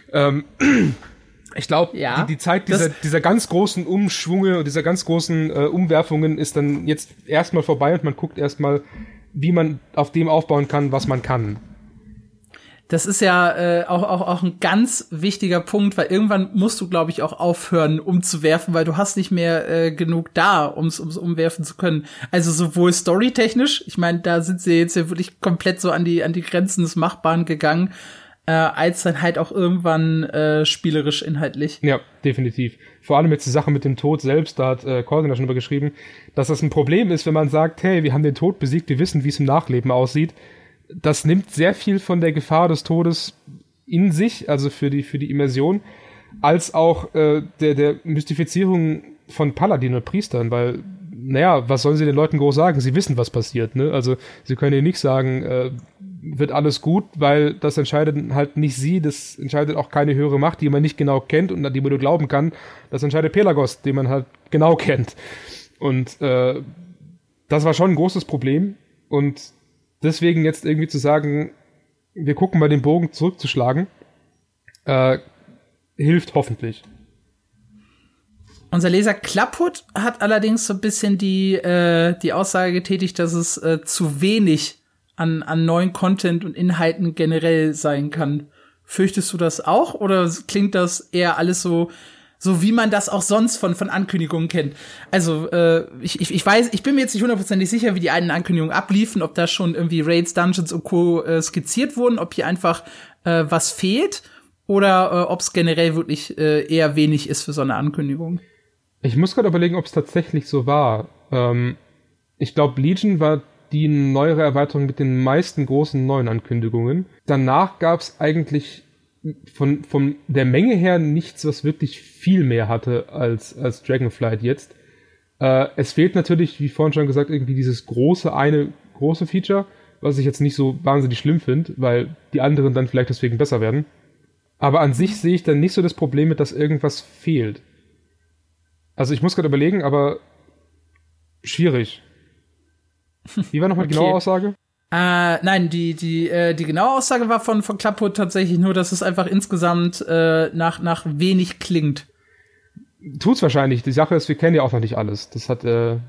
Ich glaube, ja, die Zeit dieser ganz großen Umschwunge und dieser ganz großen Umwerfungen ist dann jetzt erstmal vorbei und man guckt erstmal, wie man auf dem aufbauen kann, was man kann. Das ist ja auch ein ganz wichtiger Punkt, weil irgendwann musst du, glaube ich, auch aufhören, umzuwerfen, weil du hast nicht mehr genug da, ums umwerfen zu können. Also sowohl storytechnisch, ich meine, da sind sie jetzt ja wirklich komplett so an die Grenzen des Machbaren gegangen, als dann halt auch irgendwann spielerisch inhaltlich. Ja, definitiv. Vor allem jetzt die Sache mit dem Tod selbst, da hat Corbin ja schon drüber geschrieben, dass das ein Problem ist, wenn man sagt, hey, wir haben den Tod besiegt, wir wissen, wie es im Nachleben aussieht. Das nimmt sehr viel von der Gefahr des Todes in sich, also für die Immersion, als auch der Mystifizierung von Paladinen und Priestern, weil, naja, was sollen sie den Leuten groß sagen? Sie wissen, was passiert, ne? Also sie können ihnen nicht sagen, wird alles gut, weil das entscheidet halt nicht sie, das entscheidet auch keine höhere Macht, die man nicht genau kennt und an die man nur glauben kann. Das entscheidet Pelagos, den man halt genau kennt. Und das war schon ein großes Problem. Und deswegen jetzt irgendwie zu sagen, wir gucken mal den Bogen zurückzuschlagen, hilft hoffentlich. Unser Leser Klapphut hat allerdings so ein bisschen die Aussage getätigt, dass es zu wenig an neuen Content und Inhalten generell sein kann. Fürchtest du das auch oder klingt das eher alles so wie man das auch sonst von Ankündigungen kennt? Also ich weiß, ich bin mir jetzt nicht hundertprozentig sicher, wie die einen Ankündigungen abliefen, ob da schon irgendwie Raids, Dungeons und Co. Skizziert wurden, ob hier einfach was fehlt oder ob es generell wirklich eher wenig ist für so eine Ankündigung. Ich muss gerade überlegen, ob es tatsächlich so war. Ich glaube, Legion war die neuere Erweiterung mit den meisten großen neuen Ankündigungen. Danach gab es eigentlich von der Menge her nichts, was wirklich viel mehr hatte als Dragonflight jetzt. Es fehlt natürlich, wie vorhin schon gesagt, irgendwie dieses eine große Feature, was ich jetzt nicht so wahnsinnig schlimm finde, weil die anderen dann vielleicht deswegen besser werden. Aber an sich sehe ich dann nicht so das Problem mit, dass irgendwas fehlt. Also ich muss gerade überlegen, aber schwierig. Wie war nochmal die genaue Aussage? Nein, die genaue Aussage war von Klapphut tatsächlich nur, dass es einfach insgesamt nach wenig klingt. Tut's wahrscheinlich. Die Sache ist, wir kennen ja auch noch nicht alles. Das hat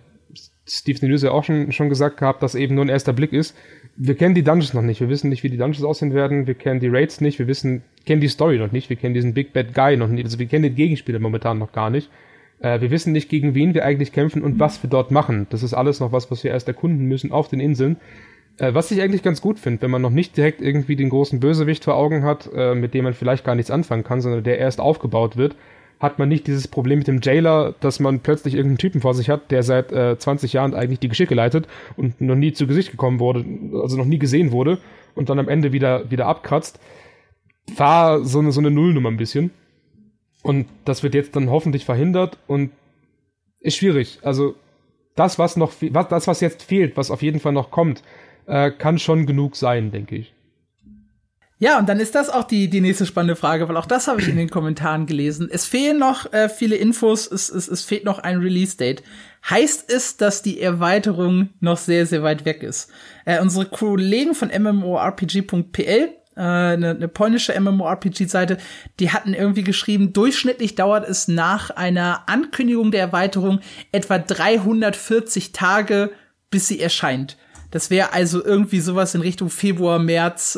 Steve Denise ja auch schon gesagt gehabt, dass eben nur ein erster Blick ist. Wir kennen die Dungeons noch nicht. Wir wissen nicht, wie die Dungeons aussehen werden. Wir kennen die Raids nicht. Wir kennen die Story noch nicht. Wir kennen diesen Big Bad Guy noch nicht. Also wir kennen den Gegenspieler momentan noch gar nicht. Wir wissen nicht, gegen wen wir eigentlich kämpfen und was wir dort machen. Das ist alles noch was wir erst erkunden müssen auf den Inseln. Was ich eigentlich ganz gut finde, wenn man noch nicht direkt irgendwie den großen Bösewicht vor Augen hat, mit dem man vielleicht gar nichts anfangen kann, sondern der erst aufgebaut wird, hat man nicht dieses Problem mit dem Jailer, dass man plötzlich irgendeinen Typen vor sich hat, der seit 20 Jahren eigentlich die Geschicke leitet und noch nie zu Gesicht gekommen wurde, also noch nie gesehen wurde und dann am Ende wieder abkratzt. War so eine Nullnummer ein bisschen. Und das wird jetzt dann hoffentlich verhindert und ist schwierig. Also das, was jetzt fehlt, was auf jeden Fall noch kommt, kann schon genug sein, denke ich. Ja, und dann ist das auch die nächste spannende Frage, weil auch das habe ich in den Kommentaren gelesen. Es fehlen noch viele Infos, es fehlt noch ein Release-Date. Heißt es, dass die Erweiterung noch sehr, sehr weit weg ist? Unsere Kollegen von mmorpg.pl, eine polnische MMORPG-Seite, die hatten irgendwie geschrieben, durchschnittlich dauert es nach einer Ankündigung der Erweiterung etwa 340 Tage, bis sie erscheint. Das wäre also irgendwie sowas in Richtung Februar, März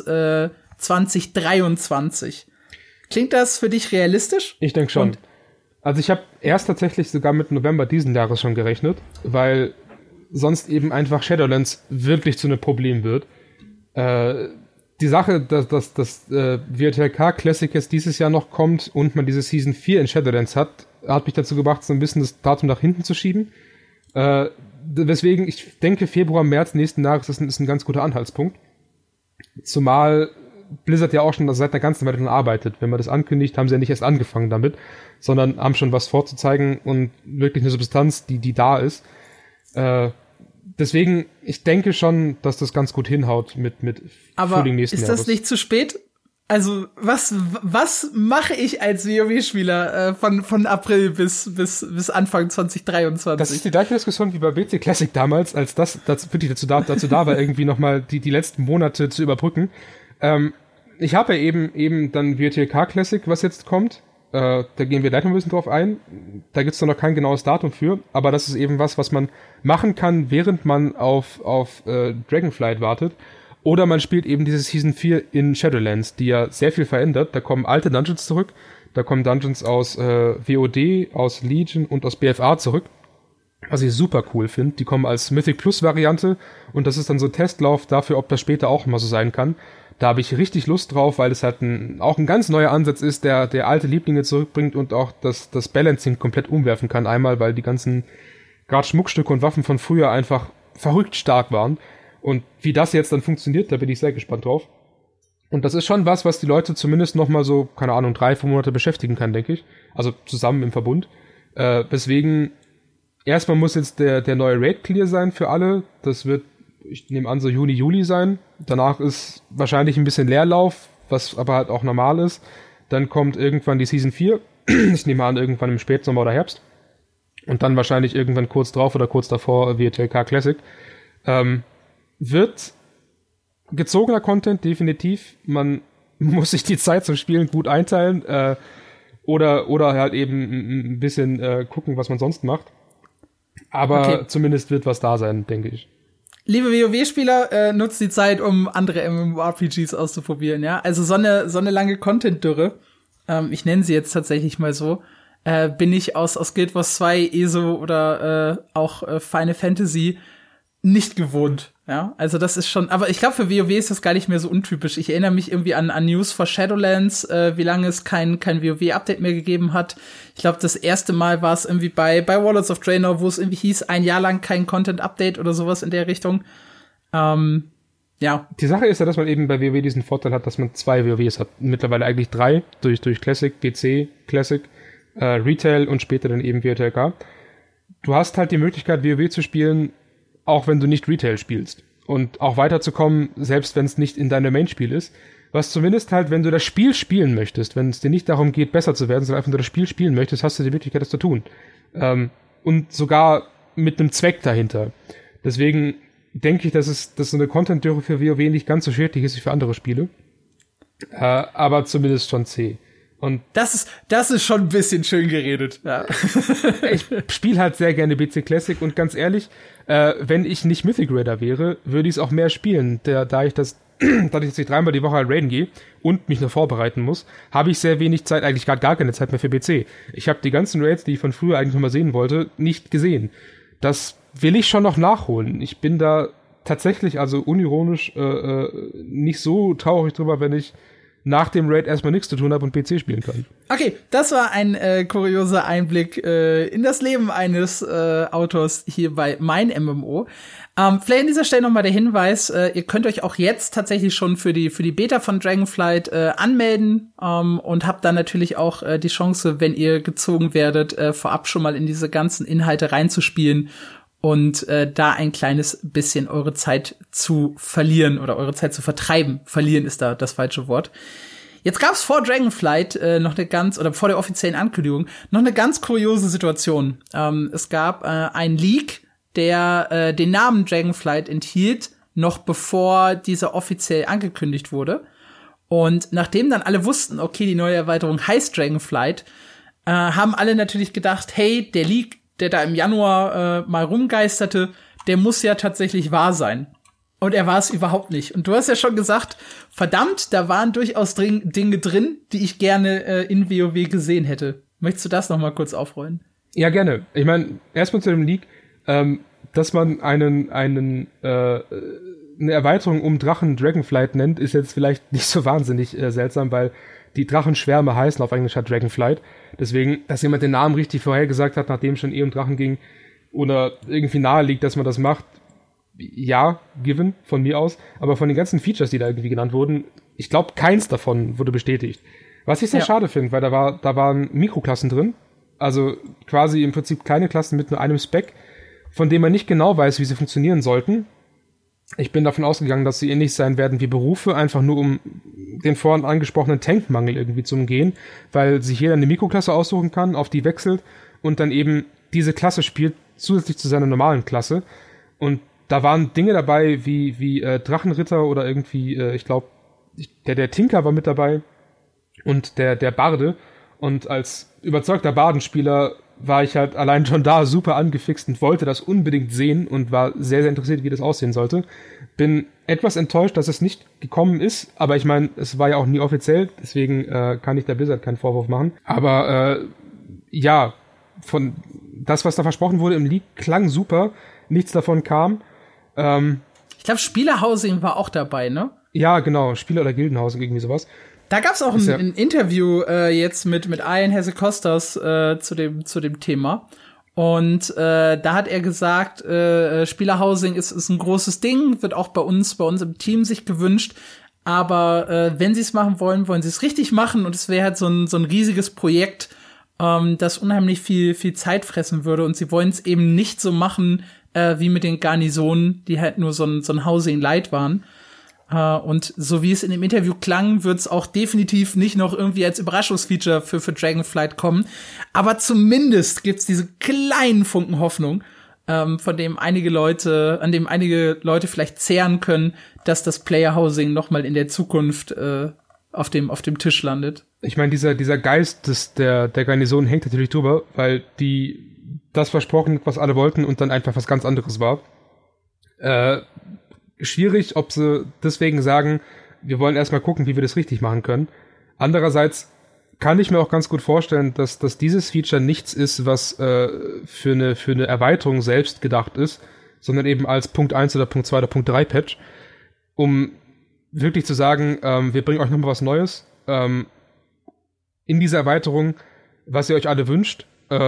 2023. Klingt das für dich realistisch? Ich denke schon. Also ich habe erst tatsächlich sogar mit November diesen Jahres schon gerechnet, weil sonst eben einfach Shadowlands wirklich zu einem Problem wird. Die Sache, dass das WTLK Classic jetzt dieses Jahr noch kommt und man diese Season 4 in Shadowlands hat mich dazu gebracht, so ein bisschen das Datum nach hinten zu schieben. Weswegen ich denke, Februar, März nächsten Jahres ist ein ganz guter Anhaltspunkt. Zumal Blizzard ja auch schon seit einer ganzen Weile dran arbeitet. Wenn man das ankündigt, haben sie ja nicht erst angefangen damit, sondern haben schon was vorzuzeigen und wirklich eine Substanz, die da ist. Deswegen, ich denke schon, dass das ganz gut hinhaut mit Frühling nächsten Jahres. Aber ist das nicht zu spät? Also, was mache ich als WoW-Spieler von April bis Anfang 2023? Das ist die gleiche Diskussion wie bei BC Classic damals, als das wirklich dazu da war, irgendwie nochmal die letzten Monate zu überbrücken. Ich habe ja eben dann WTLK Classic, was jetzt kommt. Da gehen wir gleich noch ein bisschen drauf ein. Da gibt's noch kein genaues Datum für, aber das ist eben was man machen kann, während man auf Dragonflight wartet. Oder man spielt eben diese Season 4 in Shadowlands, die ja sehr viel verändert. Da kommen alte Dungeons zurück, da kommen Dungeons aus WoD, aus Legion und aus BFA zurück, was ich super cool finde. Die kommen als Mythic Plus Variante und das ist dann so ein Testlauf dafür, ob das später auch mal so sein kann. Da habe ich richtig Lust drauf, weil es halt auch ein ganz neuer Ansatz ist, der alte Lieblinge zurückbringt und auch das Balancing komplett umwerfen kann. Einmal, weil die ganzen gerade Schmuckstücke und Waffen von früher einfach verrückt stark waren. Und wie das jetzt dann funktioniert, da bin ich sehr gespannt drauf. Und das ist schon was die Leute zumindest noch mal so, keine Ahnung, 3-4 Monate beschäftigen kann, denke ich. Also zusammen im Verbund. Weswegen erstmal muss jetzt der neue Raid clear sein für alle. Das wird, ich nehme an, so Juni, Juli sein. Danach ist wahrscheinlich ein bisschen Leerlauf, was aber halt auch normal ist. Dann kommt irgendwann die Season 4. Ich nehme an, irgendwann im Spätsommer oder Herbst. Und dann wahrscheinlich irgendwann kurz drauf oder kurz davor WTLK Classic. Wird gezogener Content, definitiv. Man muss sich die Zeit zum Spielen gut einteilen. Oder halt eben ein bisschen gucken, was man sonst macht. Aber zumindest wird was da sein, denke ich. Liebe WoW-Spieler, nutzt die Zeit, um andere MMORPGs auszuprobieren, ja. Also so eine lange Content-Dürre, ich nenne sie jetzt tatsächlich mal so, bin ich aus Guild Wars 2, ESO oder auch Final Fantasy nicht gewohnt, ja. Also das ist schon, aber ich glaube, für WoW ist das gar nicht mehr so untypisch. Ich erinnere mich irgendwie an News for Shadowlands, wie lange es kein WoW-Update mehr gegeben hat. Ich glaube, das erste Mal war es irgendwie bei Warlords of Draenor, wo es irgendwie hieß, ein Jahr lang kein Content-Update oder sowas in der Richtung. Ja. Die Sache ist ja, dass man eben bei WoW diesen Vorteil hat, dass man 2 WoWs hat. Mittlerweile eigentlich 3, durch Classic, PC, Classic, Retail und später dann eben WTLK. Du hast halt die Möglichkeit, WoW zu spielen, auch wenn du nicht Retail spielst. Und auch weiterzukommen, selbst wenn es nicht in deinem Main-Spiel ist. Was zumindest halt, wenn du das Spiel spielen möchtest, wenn es dir nicht darum geht, besser zu werden, sondern einfach nur das Spiel spielen möchtest, hast du die Möglichkeit, das zu tun. Und sogar mit einem Zweck dahinter. Deswegen denke ich, dass so eine Content-Dürre für WoW nicht ganz so schädlich ist wie für andere Spiele. Aber zumindest schon zäh. Und das ist schon ein bisschen schön geredet. Ja. Ich spiele halt sehr gerne BC Classic und ganz ehrlich, wenn ich nicht Mythic Raider wäre, würde ich es auch mehr spielen. Da ich jetzt nicht 3-mal die Woche halt raiden gehe und mich noch vorbereiten muss, habe ich sehr wenig Zeit, eigentlich gerade gar keine Zeit mehr für BC. Ich habe die ganzen Raids, die ich von früher eigentlich noch mal sehen wollte, nicht gesehen. Das will ich schon noch nachholen. Ich bin da tatsächlich, also unironisch, nicht so traurig drüber, wenn ich nach dem Raid erstmal nichts zu tun habe und PC spielen kann. Okay, das war ein kurioser Einblick in das Leben eines Autors hier bei Mein MMO. Vielleicht an dieser Stelle noch mal der Hinweis, ihr könnt euch auch jetzt tatsächlich schon für die Beta von Dragonflight anmelden und habt dann natürlich auch die Chance, wenn ihr gezogen werdet, vorab schon mal in diese ganzen Inhalte reinzuspielen und da ein kleines bisschen eure Zeit zu verlieren oder eure Zeit zu vertreiben. Verlieren ist da das falsche Wort. Jetzt gab's vor Dragonflight vor der offiziellen Ankündigung noch eine ganz kuriose Situation. Es gab einen Leak, der den Namen Dragonflight enthielt, noch bevor dieser offiziell angekündigt wurde. Und nachdem dann alle wussten, okay, die neue Erweiterung heißt Dragonflight, haben alle natürlich gedacht, hey, der Leak, der da im Januar mal rumgeisterte, der muss ja tatsächlich wahr sein. Und er war es überhaupt nicht. Und du hast ja schon gesagt, verdammt, da waren durchaus Dinge drin, die ich gerne in WoW gesehen hätte. Möchtest du das noch mal kurz aufrollen? Ja, gerne. Ich meine, erstmal zu dem Leak, dass man eine Erweiterung um Drachen Dragonflight nennt, ist jetzt vielleicht nicht so wahnsinnig seltsam, weil die Drachenschwärme heißen auf Englisch halt Dragonflight. Deswegen, dass jemand den Namen richtig vorhergesagt hat, nachdem es schon um Drachen ging, oder irgendwie nahe liegt, dass man das macht, ja, given, von mir aus. Aber von den ganzen Features, die da irgendwie genannt wurden, ich glaube, keins davon wurde bestätigt. Was ich sehr schade finde, weil da waren Mikroklassen drin, also quasi im Prinzip kleine Klassen mit nur einem Spec, von dem man nicht genau weiß, wie sie funktionieren sollten. Ich bin davon ausgegangen, dass sie ähnlich sein werden wie Berufe, einfach nur um den vorhin angesprochenen Tankmangel irgendwie zu umgehen, weil sich jeder eine Mikroklasse aussuchen kann, auf die wechselt und dann eben diese Klasse spielt, zusätzlich zu seiner normalen Klasse. Und da waren Dinge dabei wie Drachenritter oder irgendwie, ich glaube, der Tinker war mit dabei und der Barde. Und als überzeugter Bardenspieler war ich halt allein schon da super angefixt und wollte das unbedingt sehen und war sehr, sehr interessiert, wie das aussehen sollte. Bin etwas enttäuscht, dass es nicht gekommen ist, aber ich meine, es war ja auch nie offiziell, deswegen kann ich der Blizzard keinen Vorwurf machen. Aber ja, von das, was da versprochen wurde im Leak, klang super, nichts davon kam. Ich glaube, Spielerhousing war auch dabei, ne? Ja, genau, Spieler- oder Gildenhousing, irgendwie sowas. Da gab's auch ein Interview jetzt mit Ian Hesse-Kostas zu dem Thema. Und da hat er gesagt, Spielerhousing ist ein großes Ding, wird auch bei uns im Team sich gewünscht. Aber wenn sie es machen wollen sie es richtig machen. Und es wäre halt so ein riesiges Projekt, das unheimlich viel Zeit fressen würde. Und sie wollen es eben nicht so machen wie mit den Garnisonen, die halt nur so ein Housing Light waren. Und so wie es in dem Interview klang, wird es auch definitiv nicht noch irgendwie als Überraschungsfeature für Dragonflight kommen. Aber zumindest gibt's diese kleinen Funken Hoffnung, an dem einige Leute vielleicht zehren können, dass das Player-Housing noch mal in der Zukunft auf dem Tisch landet. Ich meine, dieser Geist der Garnison hängt natürlich drüber, weil die das versprochen, was alle wollten und dann einfach was ganz anderes war. Schwierig, ob sie deswegen sagen, wir wollen erstmal gucken, wie wir das richtig machen können. Andererseits kann ich mir auch ganz gut vorstellen, dass dieses Feature nichts ist, was für eine Erweiterung selbst gedacht ist, sondern eben als Punkt 1 oder Punkt 2 oder Punkt 3 Patch, um wirklich zu sagen, wir bringen euch nochmal was Neues in dieser Erweiterung, was ihr euch alle wünscht,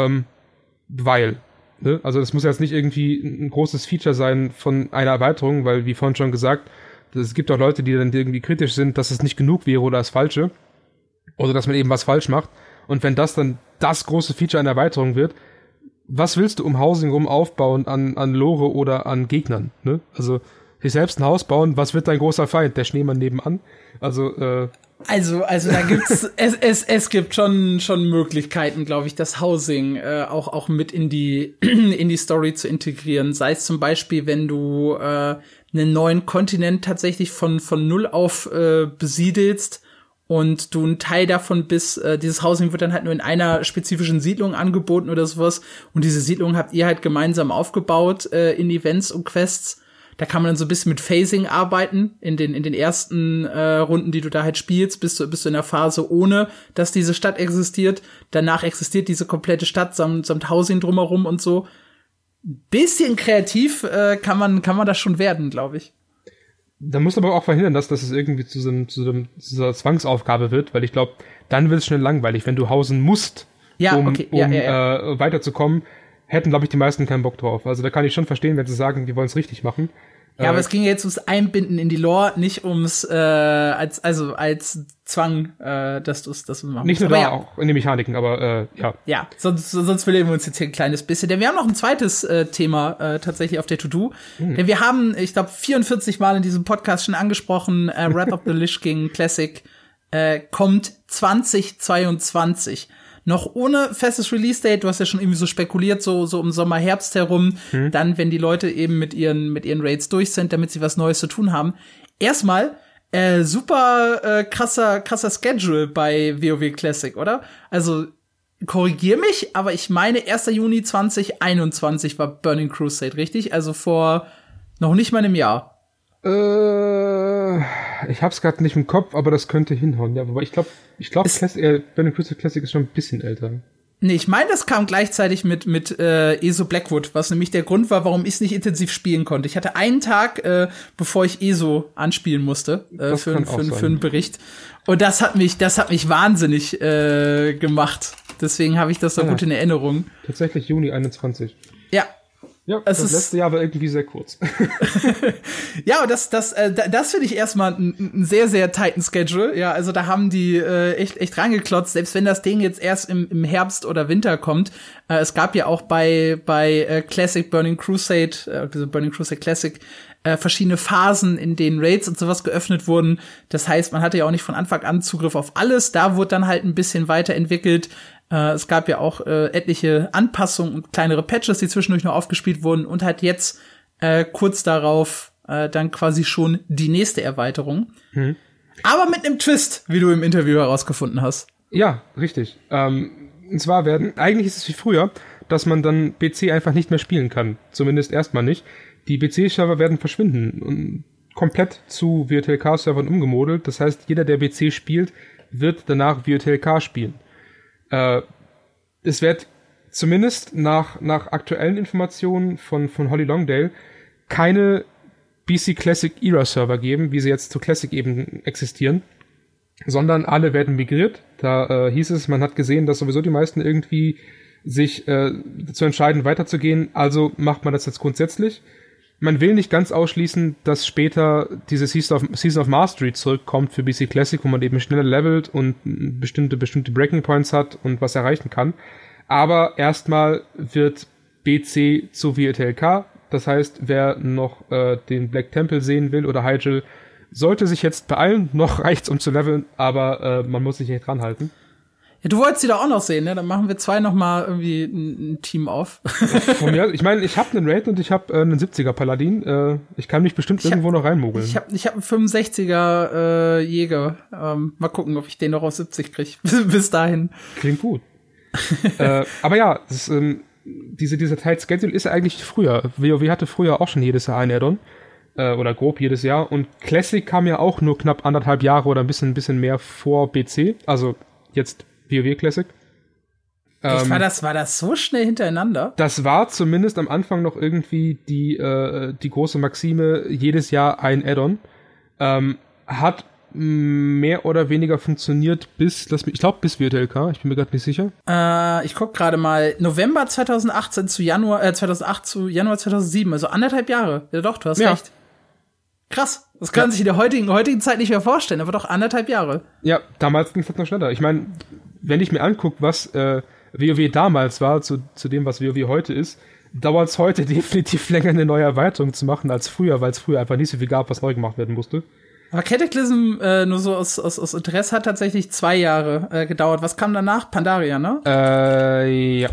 weil, ne? Also das muss jetzt nicht irgendwie ein großes Feature sein von einer Erweiterung, weil, wie vorhin schon gesagt, es gibt auch Leute, die dann irgendwie kritisch sind, dass es nicht genug wäre oder das Falsche. Oder dass man eben was falsch macht. Und wenn das dann das große Feature einer Erweiterung wird, was willst du um Housing rum aufbauen an Lore oder an Gegnern? Ne? Also sich selbst ein Haus bauen, was wird dein großer Feind? Der Schneemann nebenan? Also da gibt's es gibt schon Möglichkeiten, glaube ich, das Housing auch mit in die Story zu integrieren. Sei es zum Beispiel, wenn du einen neuen Kontinent tatsächlich von null auf besiedelst und du ein Teil davon bist, dieses Housing wird dann halt nur in einer spezifischen Siedlung angeboten oder sowas und diese Siedlung habt ihr halt gemeinsam aufgebaut in Events und Quests. Da kann man dann so ein bisschen mit Phasing arbeiten. In den ersten Runden, die du da halt spielst, bist du in der Phase, ohne dass diese Stadt existiert. Danach existiert diese komplette Stadt samt Housing drumherum und so. Bisschen kreativ kann man das schon werden, glaube ich. Da musst du aber auch verhindern, dass es irgendwie zu dieser Zwangsaufgabe wird, weil ich glaube, dann wird es schnell langweilig, wenn du hausen musst, um weiterzukommen. Hätten, glaube ich, die meisten keinen Bock drauf. Also da kann ich schon verstehen, wenn sie sagen, wir wollen es richtig machen. Ja, aber es ging jetzt ums Einbinden in die Lore, nicht ums als Zwang, dass du es machen musst. Nicht nur aber da, auch in den Mechaniken, aber ja. Ja, sonst verlieren wir uns jetzt hier ein kleines bisschen. Denn wir haben noch ein zweites Thema tatsächlich auf der To-Do. Denn wir haben, ich glaube, 44 Mal in diesem Podcast schon angesprochen, Wrath of the Lich King Classic kommt 2022. Noch ohne festes Release-Date, du hast ja schon irgendwie so spekuliert, so um Sommer, Herbst herum, dann, wenn die Leute eben mit ihren Raids durch sind, damit sie was Neues zu tun haben. Erstmal, super krasser Schedule bei WoW Classic, oder? Also, korrigier mich, aber ich meine, 1. Juni 2021 war Burning Crusade, richtig? Also vor noch nicht mal einem Jahr. Ich hab's gerade nicht im Kopf, aber das könnte hinhauen. Ja, aber ich glaube, Burning Crusade Classic ist schon ein bisschen älter. Nee, ich meine, das kam gleichzeitig mit ESO Blackwood, was nämlich der Grund war, warum ich es nicht intensiv spielen konnte. Ich hatte einen Tag, bevor ich ESO anspielen musste, für einen Bericht. Und das hat mich wahnsinnig gemacht. Deswegen habe ich das so gut in Erinnerung. Tatsächlich Juni 21. Ja. Ja, das letzte Jahr war irgendwie sehr kurz. Ja, und das finde ich erstmal ein sehr, sehr tighten Schedule. Ja, also da haben die echt rangeklotzt, selbst wenn das Ding jetzt erst im Herbst oder Winter kommt. Es gab ja auch bei Classic Burning Crusade Classic, verschiedene Phasen, in denen Raids und sowas geöffnet wurden. Das heißt, man hatte ja auch nicht von Anfang an Zugriff auf alles. Da wurde dann halt ein bisschen weiterentwickelt. Es gab ja auch etliche Anpassungen und kleinere Patches, die zwischendurch noch aufgespielt wurden und halt jetzt kurz darauf dann quasi schon die nächste Erweiterung. Aber mit einem Twist, wie du im Interview herausgefunden hast. Ja, richtig. Und zwar eigentlich ist es wie früher, dass man dann PC einfach nicht mehr spielen kann. Zumindest erstmal nicht. Die PC-Server werden verschwinden und komplett zu WTLK-Servern umgemodelt. Das heißt, jeder, der PC spielt, wird danach WTLK spielen. Es wird zumindest nach aktuellen Informationen von Holly Longdale keine BC Classic Era Server geben, wie sie jetzt zu Classic eben existieren, sondern alle werden migriert. Da hieß es, man hat gesehen, dass sowieso die meisten irgendwie sich dazu entscheiden, weiterzugehen, also macht man das jetzt grundsätzlich. Man will nicht ganz ausschließen, dass später diese Season of Mastery zurückkommt für BC Classic, wo man eben schneller levelt und bestimmte Breaking Points hat und was erreichen kann. Aber erstmal wird BC zu WTLK. Das heißt, wer noch den Black Temple sehen will oder Hyjal, sollte sich jetzt beeilen. Noch reicht's, um zu leveln, aber man muss sich echt dran halten. Ja, du wolltest sie doch auch noch sehen, ne? Dann machen wir 2 noch mal irgendwie ein Team auf. Von mir, ich meine, ich habe einen Raid und ich habe einen 70er Paladin. Ich kann mich bestimmt irgendwo noch reinmogeln. Ich hab einen 65er Jäger. Mal gucken, ob ich den noch auf 70 krieg. Bis dahin. Klingt gut. Aber ja, das, dieser Tight Schedule ist eigentlich früher. WoW hatte früher auch schon jedes Jahr ein Add-on. Oder grob jedes Jahr. Und Classic kam ja auch nur knapp 1,5 Jahre oder ein bisschen mehr vor BC. Also jetzt WoW Classic. War das so schnell hintereinander? Das war zumindest am Anfang noch irgendwie die große Maxime, jedes Jahr ein Add-on. Hat mehr oder weniger funktioniert bis WTLK, ich bin mir gerade nicht sicher. Ich guck gerade mal, November 2018 zu Januar 2007, also 1,5 Jahre. Ja doch, du hast recht. Krass, das kann sich in der heutigen Zeit nicht mehr vorstellen, aber doch 1,5 Jahre. Ja, damals ging es halt noch schneller. Ich meine, wenn ich mir angucke, was WoW damals war, zu dem, was WoW heute ist, dauert es heute definitiv länger, eine neue Erweiterung zu machen als früher, weil es früher einfach nicht so viel gab, was neu gemacht werden musste. Aber Cataclysm, nur so aus Interesse, hat tatsächlich 2 Jahre gedauert. Was kam danach? Pandaria, ne? Ja.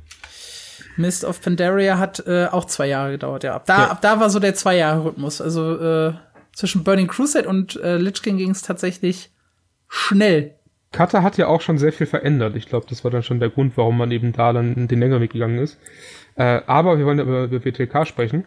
Mist of Pandaria hat auch 2 Jahre gedauert, ja. Ab da war so der 2-Jahre-Rhythmus. Also zwischen Burning Crusade und Lich King ging es tatsächlich schnell. Kata hat ja auch schon sehr viel verändert. Ich glaube, das war dann schon der Grund, warum man eben da dann den längeren Weg gegangen ist. Aber wir wollen ja über WTLK sprechen.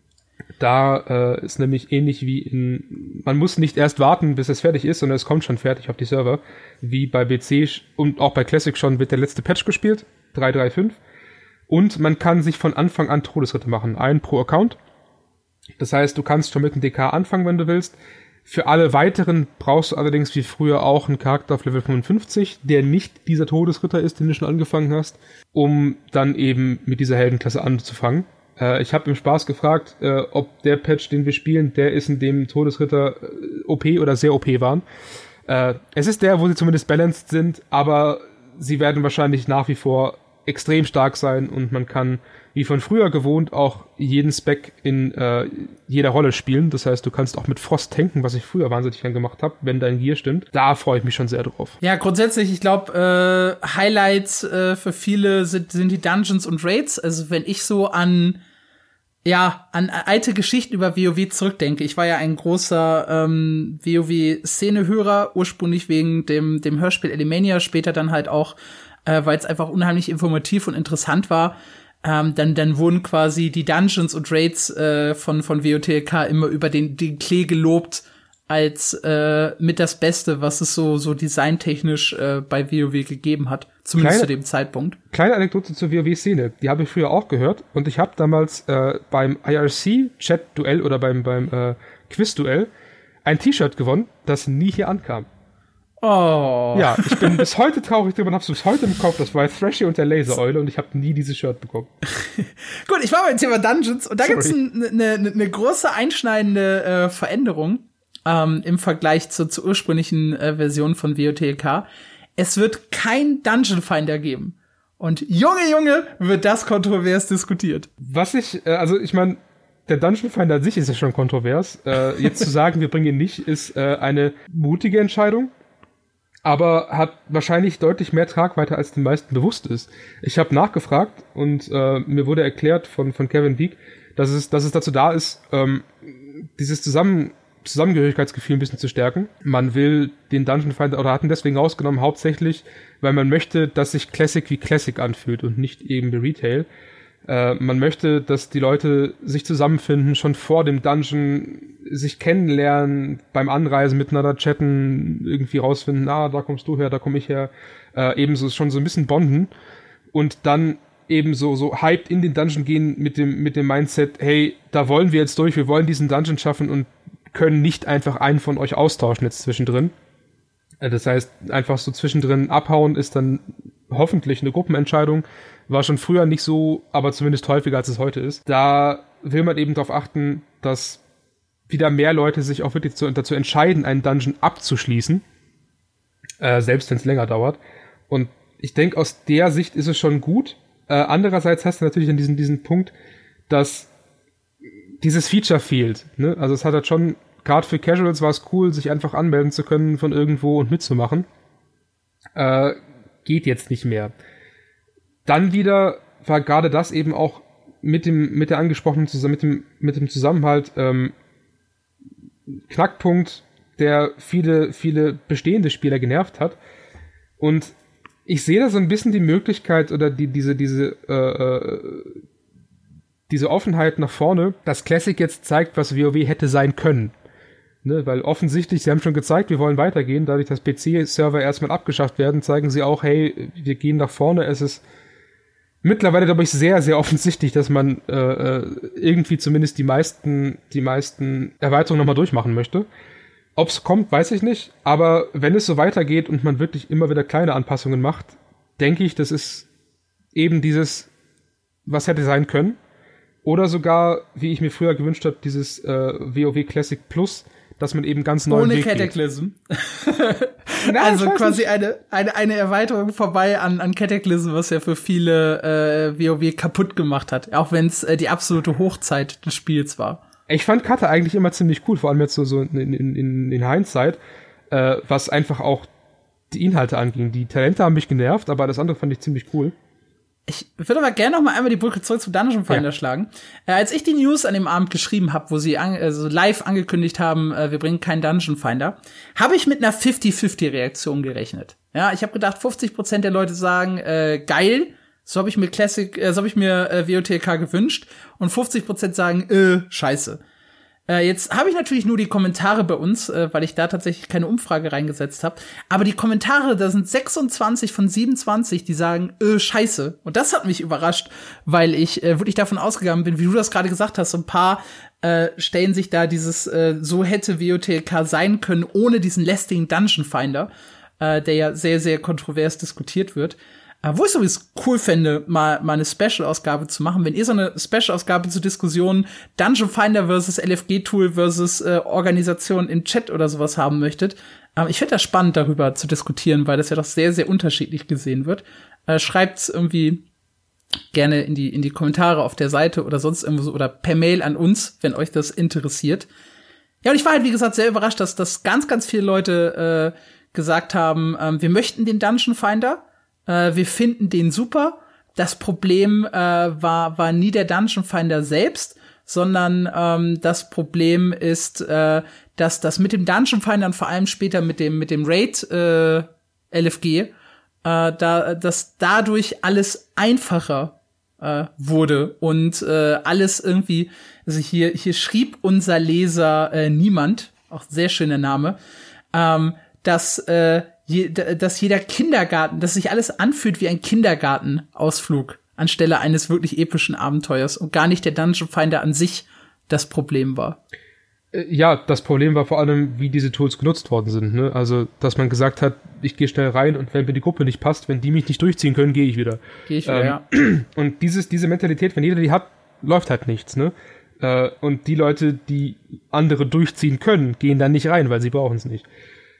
Da ist nämlich ähnlich wie man muss nicht erst warten, bis es fertig ist, sondern es kommt schon fertig auf die Server. Wie bei BC und auch bei Classic schon wird der letzte Patch gespielt, 3.3.5. Und man kann sich von Anfang an Todesritter machen, einen pro Account. Das heißt, du kannst schon mit dem DK anfangen, wenn du willst. Für alle weiteren brauchst du allerdings wie früher auch einen Charakter auf Level 55, der nicht dieser Todesritter ist, den du schon angefangen hast, um dann eben mit dieser Heldenklasse anzufangen. Ich habe im Spaß gefragt, ob der Patch, den wir spielen, der ist, in dem Todesritter OP oder sehr OP waren. Es ist der, wo sie zumindest balanced sind, aber sie werden wahrscheinlich nach wie vor extrem stark sein und man kann, wie von früher gewohnt, auch jeden Spec in jeder Rolle spielen. Das heißt, du kannst auch mit Frost tanken, was ich früher wahnsinnig gern gemacht habe, wenn dein Gear stimmt. Da freue ich mich schon sehr drauf. Ja, grundsätzlich, ich glaube, Highlights für viele sind die Dungeons und Raids. Also wenn ich so an alte Geschichten über WoW zurückdenke. Ich war ja ein großer WoW-Szenehörer, ursprünglich wegen dem Hörspiel Elemania, später dann halt auch, weil es einfach unheimlich informativ und interessant war. Dann wurden quasi die Dungeons und Raids von WOTLK immer über den Klee gelobt als mit das Beste, was es so designtechnisch bei WoW gegeben hat. Zumindest zu dem Zeitpunkt. Kleine Anekdote zur WoW-Szene. Die habe ich früher auch gehört. Und ich habe damals beim IRC-Chat-Duell oder beim Quiz-Duell ein T-Shirt gewonnen, das nie hier ankam. Oh. Ja, ich bin bis heute traurig drüber und hab's bis heute im Kopf. Das war Thrashy und der Lasereule und ich habe nie dieses Shirt bekommen. Gut, ich war beim Thema Dungeons und da gibt's eine große einschneidende Veränderung im Vergleich zur ursprünglichen Version von WOTLK. Es wird kein Dungeon Finder geben. Und Junge, wird das kontrovers diskutiert. Ich meine, der Dungeon Finder an sich ist ja schon kontrovers. Jetzt zu sagen, wir bringen ihn nicht, ist eine mutige Entscheidung, aber hat wahrscheinlich deutlich mehr Tragweite, als den meisten bewusst ist. Ich habe nachgefragt und mir wurde erklärt von Kevin Wieck, dass es dazu da ist, dieses Zusammengehörigkeitsgefühl ein bisschen zu stärken. Man will den Dungeon Finder, oder hat ihn deswegen rausgenommen, hauptsächlich, weil man möchte, dass sich Classic wie Classic anfühlt und nicht eben wie Retail. Man möchte, dass die Leute sich zusammenfinden, schon vor dem Dungeon sich kennenlernen, beim Anreisen miteinander chatten, irgendwie rausfinden, da kommst du her, da komme ich her, ebenso schon so ein bisschen bonden und dann eben so hyped in den Dungeon gehen mit dem Mindset, hey, da wollen wir jetzt durch, wir wollen diesen Dungeon schaffen und können nicht einfach einen von euch austauschen jetzt zwischendrin. Das heißt, einfach so zwischendrin abhauen ist dann hoffentlich eine Gruppenentscheidung. War schon früher nicht so, aber zumindest häufiger, als es heute ist. Da will man eben darauf achten, dass wieder mehr Leute sich auch wirklich dazu entscheiden, einen Dungeon abzuschließen. Selbst wenn es länger dauert. Und ich denke, aus der Sicht ist es schon gut. Andererseits hast du natürlich dann diesen Punkt, dass dieses Feature fehlt. Ne? Also es hat halt schon, gerade für Casuals war es cool, sich einfach anmelden zu können von irgendwo und mitzumachen. Geht jetzt nicht mehr. Dann wieder war gerade das eben auch mit der angesprochenen mit dem Zusammenhalt Knackpunkt, der viele bestehende Spieler genervt hat. Und ich sehe da so ein bisschen die Möglichkeit oder diese Offenheit nach vorne, dass Classic jetzt zeigt, was WoW hätte sein können. Ne, weil offensichtlich, sie haben schon gezeigt, wir wollen weitergehen, dadurch, dass PC-Server erstmal abgeschafft werden, zeigen sie auch, hey, wir gehen nach vorne. Es ist mittlerweile, glaube ich, sehr, sehr offensichtlich, dass man irgendwie zumindest die meisten Erweiterungen nochmal durchmachen möchte. Ob es kommt, weiß ich nicht, aber wenn es so weitergeht und man wirklich immer wieder kleine Anpassungen macht, denke ich, das ist eben dieses, was hätte sein können. Oder sogar, wie ich mir früher gewünscht habe, dieses WoW Classic Plus, dass man eben ganz neu ohne Cataclysm. Also quasi eine Erweiterung vorbei an Cataclysm, was ja für viele WoW kaputt gemacht hat. Auch wenn es die absolute Hochzeit des Spiels war. Ich fand Kata eigentlich immer ziemlich cool, vor allem jetzt so in Hindsight, was einfach auch die Inhalte anging. Die Talente haben mich genervt, aber das andere fand ich ziemlich cool. Ich würde aber gerne noch mal einmal die Brücke zurück zum Dungeon Finder schlagen. Als ich die News an dem Abend geschrieben habe, wo sie live angekündigt haben, wir bringen keinen Dungeon Finder, habe ich mit einer 50-50-Reaktion gerechnet. Ja, ich habe gedacht, 50% der Leute sagen, geil, so habe ich mir WOTLK gewünscht, und 50% sagen, scheiße. Jetzt habe ich natürlich nur die Kommentare bei uns, weil ich da tatsächlich keine Umfrage reingesetzt habe. Aber die Kommentare, da sind 26 von 27, die sagen, scheiße. Und das hat mich überrascht, weil ich wirklich davon ausgegangen bin, wie du das gerade gesagt hast, so ein paar stellen sich da dieses so hätte WOTLK sein können, ohne diesen lästigen Dungeon Finder, der ja sehr, sehr kontrovers diskutiert wird. Wo ich sowieso cool fände, mal eine Special-Ausgabe zu machen, wenn ihr so eine Special-Ausgabe zur Diskussion Dungeon Finder versus LFG-Tool versus Organisation im Chat oder sowas haben möchtet. Ich finde das spannend, darüber zu diskutieren, weil das ja doch sehr, sehr unterschiedlich gesehen wird. Schreibt's irgendwie gerne in die Kommentare auf der Seite oder sonst irgendwo so, oder per Mail an uns, wenn euch das interessiert. Ja, und ich war halt, wie gesagt, sehr überrascht, dass ganz, ganz viele Leute gesagt haben, wir möchten den Dungeon Finder. Wir finden den super. Das Problem war nie der Dungeon Finder selbst, sondern das Problem ist, dass das mit dem Dungeon Finder und vor allem später mit dem Raid LFG, dass dadurch alles einfacher wurde und alles irgendwie, also hier schrieb unser Leser Niemand, auch sehr schöner Name, dass jeder Kindergarten, dass sich alles anfühlt wie ein Kindergartenausflug anstelle eines wirklich epischen Abenteuers und gar nicht der Dungeon Finder an sich das Problem war. Ja, das Problem war vor allem, wie diese Tools genutzt worden sind. Ne? Also, dass man gesagt hat, ich gehe schnell rein und wenn mir die Gruppe nicht passt, wenn die mich nicht durchziehen können, gehe ich wieder. Ja. Und diese Mentalität, wenn jeder die hat, läuft halt nichts. Ne? Und die Leute, die andere durchziehen können, gehen dann nicht rein, weil sie brauchen es nicht.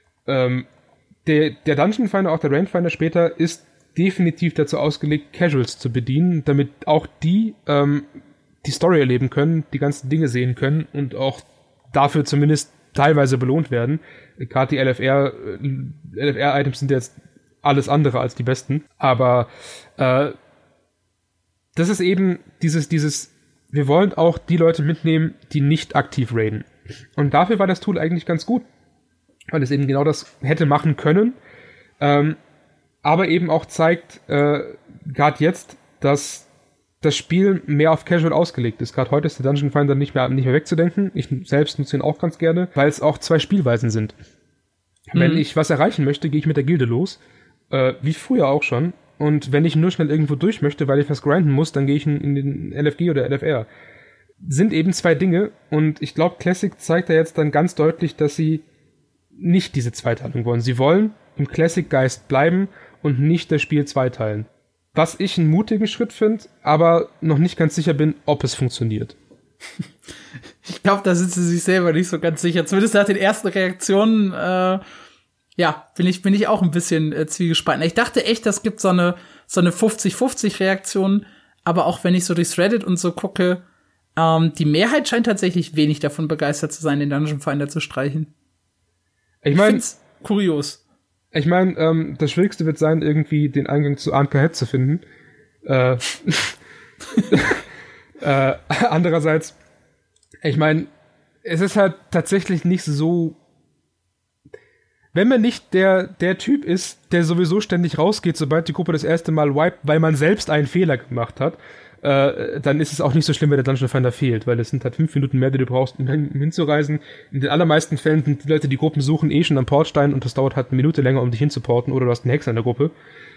Der Dungeon Finder, auch der Rangefinder später, ist definitiv dazu ausgelegt, Casuals zu bedienen, damit auch die Story erleben können, die ganzen Dinge sehen können und auch dafür zumindest teilweise belohnt werden. Gerade die LFR-Items sind jetzt alles andere als die besten. Aber das ist eben dieses, wir wollen auch die Leute mitnehmen, die nicht aktiv raiden. Und dafür war das Tool eigentlich ganz gut, weil es eben genau das hätte machen können, aber eben auch zeigt, gerade jetzt, dass das Spiel mehr auf Casual ausgelegt ist. Gerade heute ist der Dungeon Finder nicht mehr wegzudenken. Ich selbst nutze ihn auch ganz gerne, weil es auch zwei Spielweisen sind. Wenn ich was erreichen möchte, gehe ich mit der Gilde los, wie früher auch schon, Und wenn ich nur schnell irgendwo durch möchte, weil ich was grinden muss, dann gehe ich in den LFG oder LFR. Sind eben zwei Dinge und ich glaube, Classic zeigt da jetzt dann ganz deutlich, dass sie nicht diese Zweiteilung wollen. Sie wollen im Classic-Geist bleiben und nicht das Spiel zweiteilen. Was ich einen mutigen Schritt finde, aber noch nicht ganz sicher bin, ob es funktioniert. Ich glaube, da sind sie sich selber nicht so ganz sicher. Zumindest nach den ersten Reaktionen, bin ich auch ein bisschen zwiegespalten. Ich dachte echt, das gibt so eine 50-50 Reaktion, aber auch wenn ich so durchs Reddit und so gucke, die Mehrheit scheint tatsächlich wenig davon begeistert zu sein, den Dungeon Finder zu streichen. Ich find's kurios. Ich meine, das Schwierigste wird sein, irgendwie den Eingang zu Arnka Head zu finden. Andererseits, ich meine, es ist halt tatsächlich nicht so, wenn man nicht der Typ ist, der sowieso ständig rausgeht, sobald die Gruppe das erste Mal wiped, weil man selbst einen Fehler gemacht hat, dann ist es auch nicht so schlimm, wenn der Dungeon Finder fehlt, weil es sind halt 5 Minuten mehr, die du brauchst, um hinzureisen. In den allermeisten Fällen sind die Leute, die Gruppen suchen, schon am Portstein und das dauert halt eine Minute länger, um dich hinzuporten, oder du hast einen Hexer in der Gruppe.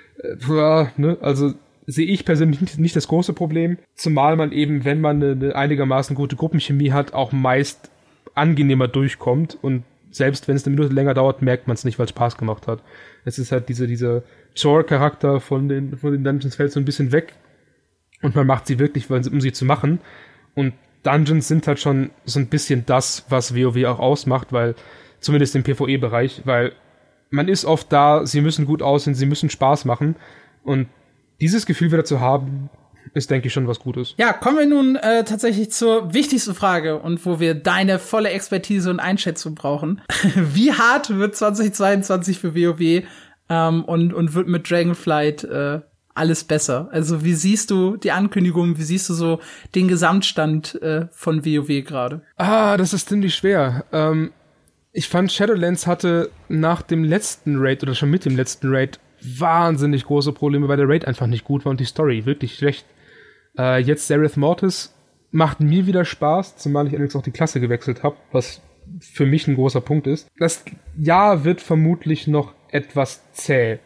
Also sehe ich persönlich nicht das große Problem, zumal man eben, wenn man eine einigermaßen gute Gruppenchemie hat, auch meist angenehmer durchkommt und selbst wenn es eine Minute länger dauert, merkt man es nicht, weil es Spaß gemacht hat. Es ist halt dieser Chore-Charakter von den Dungeons fällt so ein bisschen weg und man macht sie wirklich, um sie zu machen. Und Dungeons sind halt schon so ein bisschen das, was WoW auch ausmacht, weil zumindest im PvE-Bereich, weil man ist oft da, sie müssen gut aussehen, sie müssen Spaß machen und dieses Gefühl wieder zu haben, ist, denke ich, schon was Gutes. Ja, kommen wir nun tatsächlich zur wichtigsten Frage und wo wir deine volle Expertise und Einschätzung brauchen. Wie hart wird 2022 für WoW und wird mit Dragonflight alles besser? Also wie siehst du die Ankündigung, wie siehst du so den Gesamtstand von WoW gerade? Das ist ziemlich schwer. Ich fand, Shadowlands hatte nach dem letzten Raid oder schon mit dem letzten Raid wahnsinnig große Probleme, weil der Raid einfach nicht gut war und die Story wirklich schlecht. Jetzt Zereth Mortis macht mir wieder Spaß, zumal ich allerdings auch die Klasse gewechselt habe, was für mich ein großer Punkt ist. Das Jahr wird vermutlich noch etwas zäh.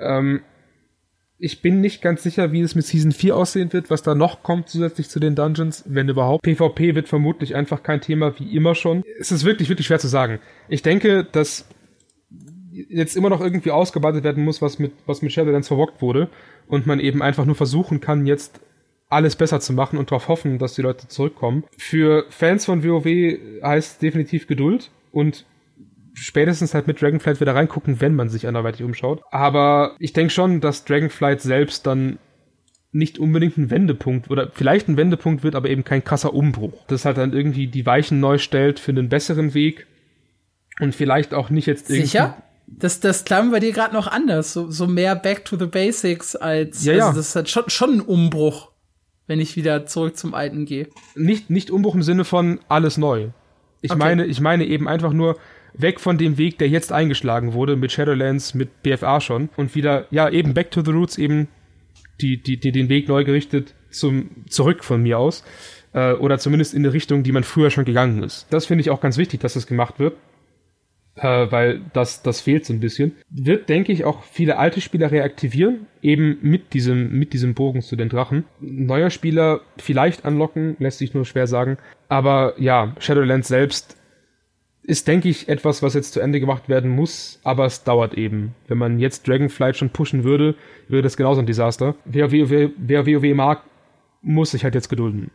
Ich bin nicht ganz sicher, wie es mit Season 4 aussehen wird, was da noch kommt zusätzlich zu den Dungeons, wenn überhaupt. PvP wird vermutlich einfach kein Thema, wie immer schon. Es ist wirklich, wirklich schwer zu sagen. Ich denke, dass jetzt immer noch irgendwie ausgebadet werden muss, was mit Shadowlands verwockt wurde und man eben einfach nur versuchen kann, jetzt alles besser zu machen und darauf hoffen, dass die Leute zurückkommen. Für Fans von WoW heißt definitiv Geduld und spätestens halt mit Dragonflight wieder reingucken, wenn man sich anderweitig umschaut. Aber ich denke schon, dass Dragonflight selbst dann nicht unbedingt ein Wendepunkt oder vielleicht ein Wendepunkt wird, aber eben kein krasser Umbruch. Das halt dann irgendwie die Weichen neu stellt für einen besseren Weg und vielleicht auch nicht jetzt irgendwie... Sicher? Das klang bei dir gerade noch anders. So mehr Back to the Basics als... Ja. Also das ist halt schon ein Umbruch, wenn ich wieder zurück zum Alten gehe. Nicht Umbruch im Sinne von alles neu. Ich meine eben einfach nur weg von dem Weg, der jetzt eingeschlagen wurde, mit Shadowlands, mit BFA schon, und wieder, ja, eben back to the roots, eben den Weg neu gerichtet zurück von mir aus. Oder zumindest in die Richtung, die man früher schon gegangen ist. Das finde ich auch ganz wichtig, dass das gemacht wird. Weil das fehlt so ein bisschen. Wird, denke ich, auch viele alte Spieler reaktivieren, eben mit diesem Bogen zu den Drachen. Neuer Spieler vielleicht anlocken, lässt sich nur schwer sagen. Aber ja, Shadowlands selbst ist, denke ich, etwas, was jetzt zu Ende gemacht werden muss, aber es dauert eben. Wenn man jetzt Dragonflight schon pushen würde, wäre das genauso ein Desaster. Wer WoW mag, muss sich halt jetzt gedulden.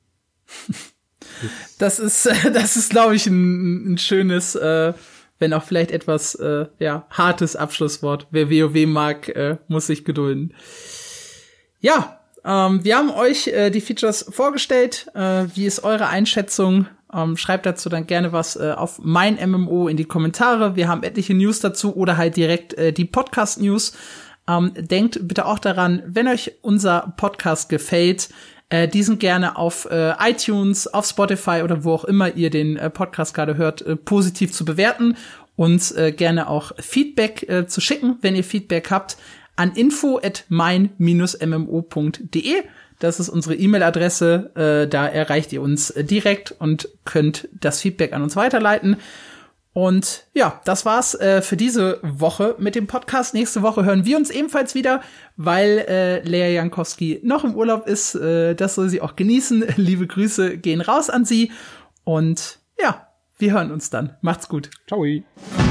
Das ist, glaube ich, ein schönes, wenn auch vielleicht etwas hartes Abschlusswort. Wer WoW mag, muss sich gedulden. Ja, wir haben euch die Features vorgestellt. Wie ist eure Einschätzung? Schreibt dazu dann gerne was auf mein MMO in die Kommentare. Wir haben etliche News dazu oder halt direkt die Podcast-News. Denkt bitte auch daran, wenn euch unser Podcast gefällt, diesen gerne auf iTunes, auf Spotify oder wo auch immer ihr den Podcast gerade hört, positiv zu bewerten. Uns gerne auch Feedback zu schicken, wenn ihr Feedback habt, an info@mein-mmo.de. Das ist unsere E-Mail-Adresse. Da erreicht ihr uns direkt und könnt das Feedback an uns weiterleiten. Und ja, das war's für diese Woche mit dem Podcast. Nächste Woche hören wir uns ebenfalls wieder, weil Lea Jankowski noch im Urlaub ist. Das soll sie auch genießen. Liebe Grüße gehen raus an sie. Und ja, wir hören uns dann. Macht's gut. Ciao.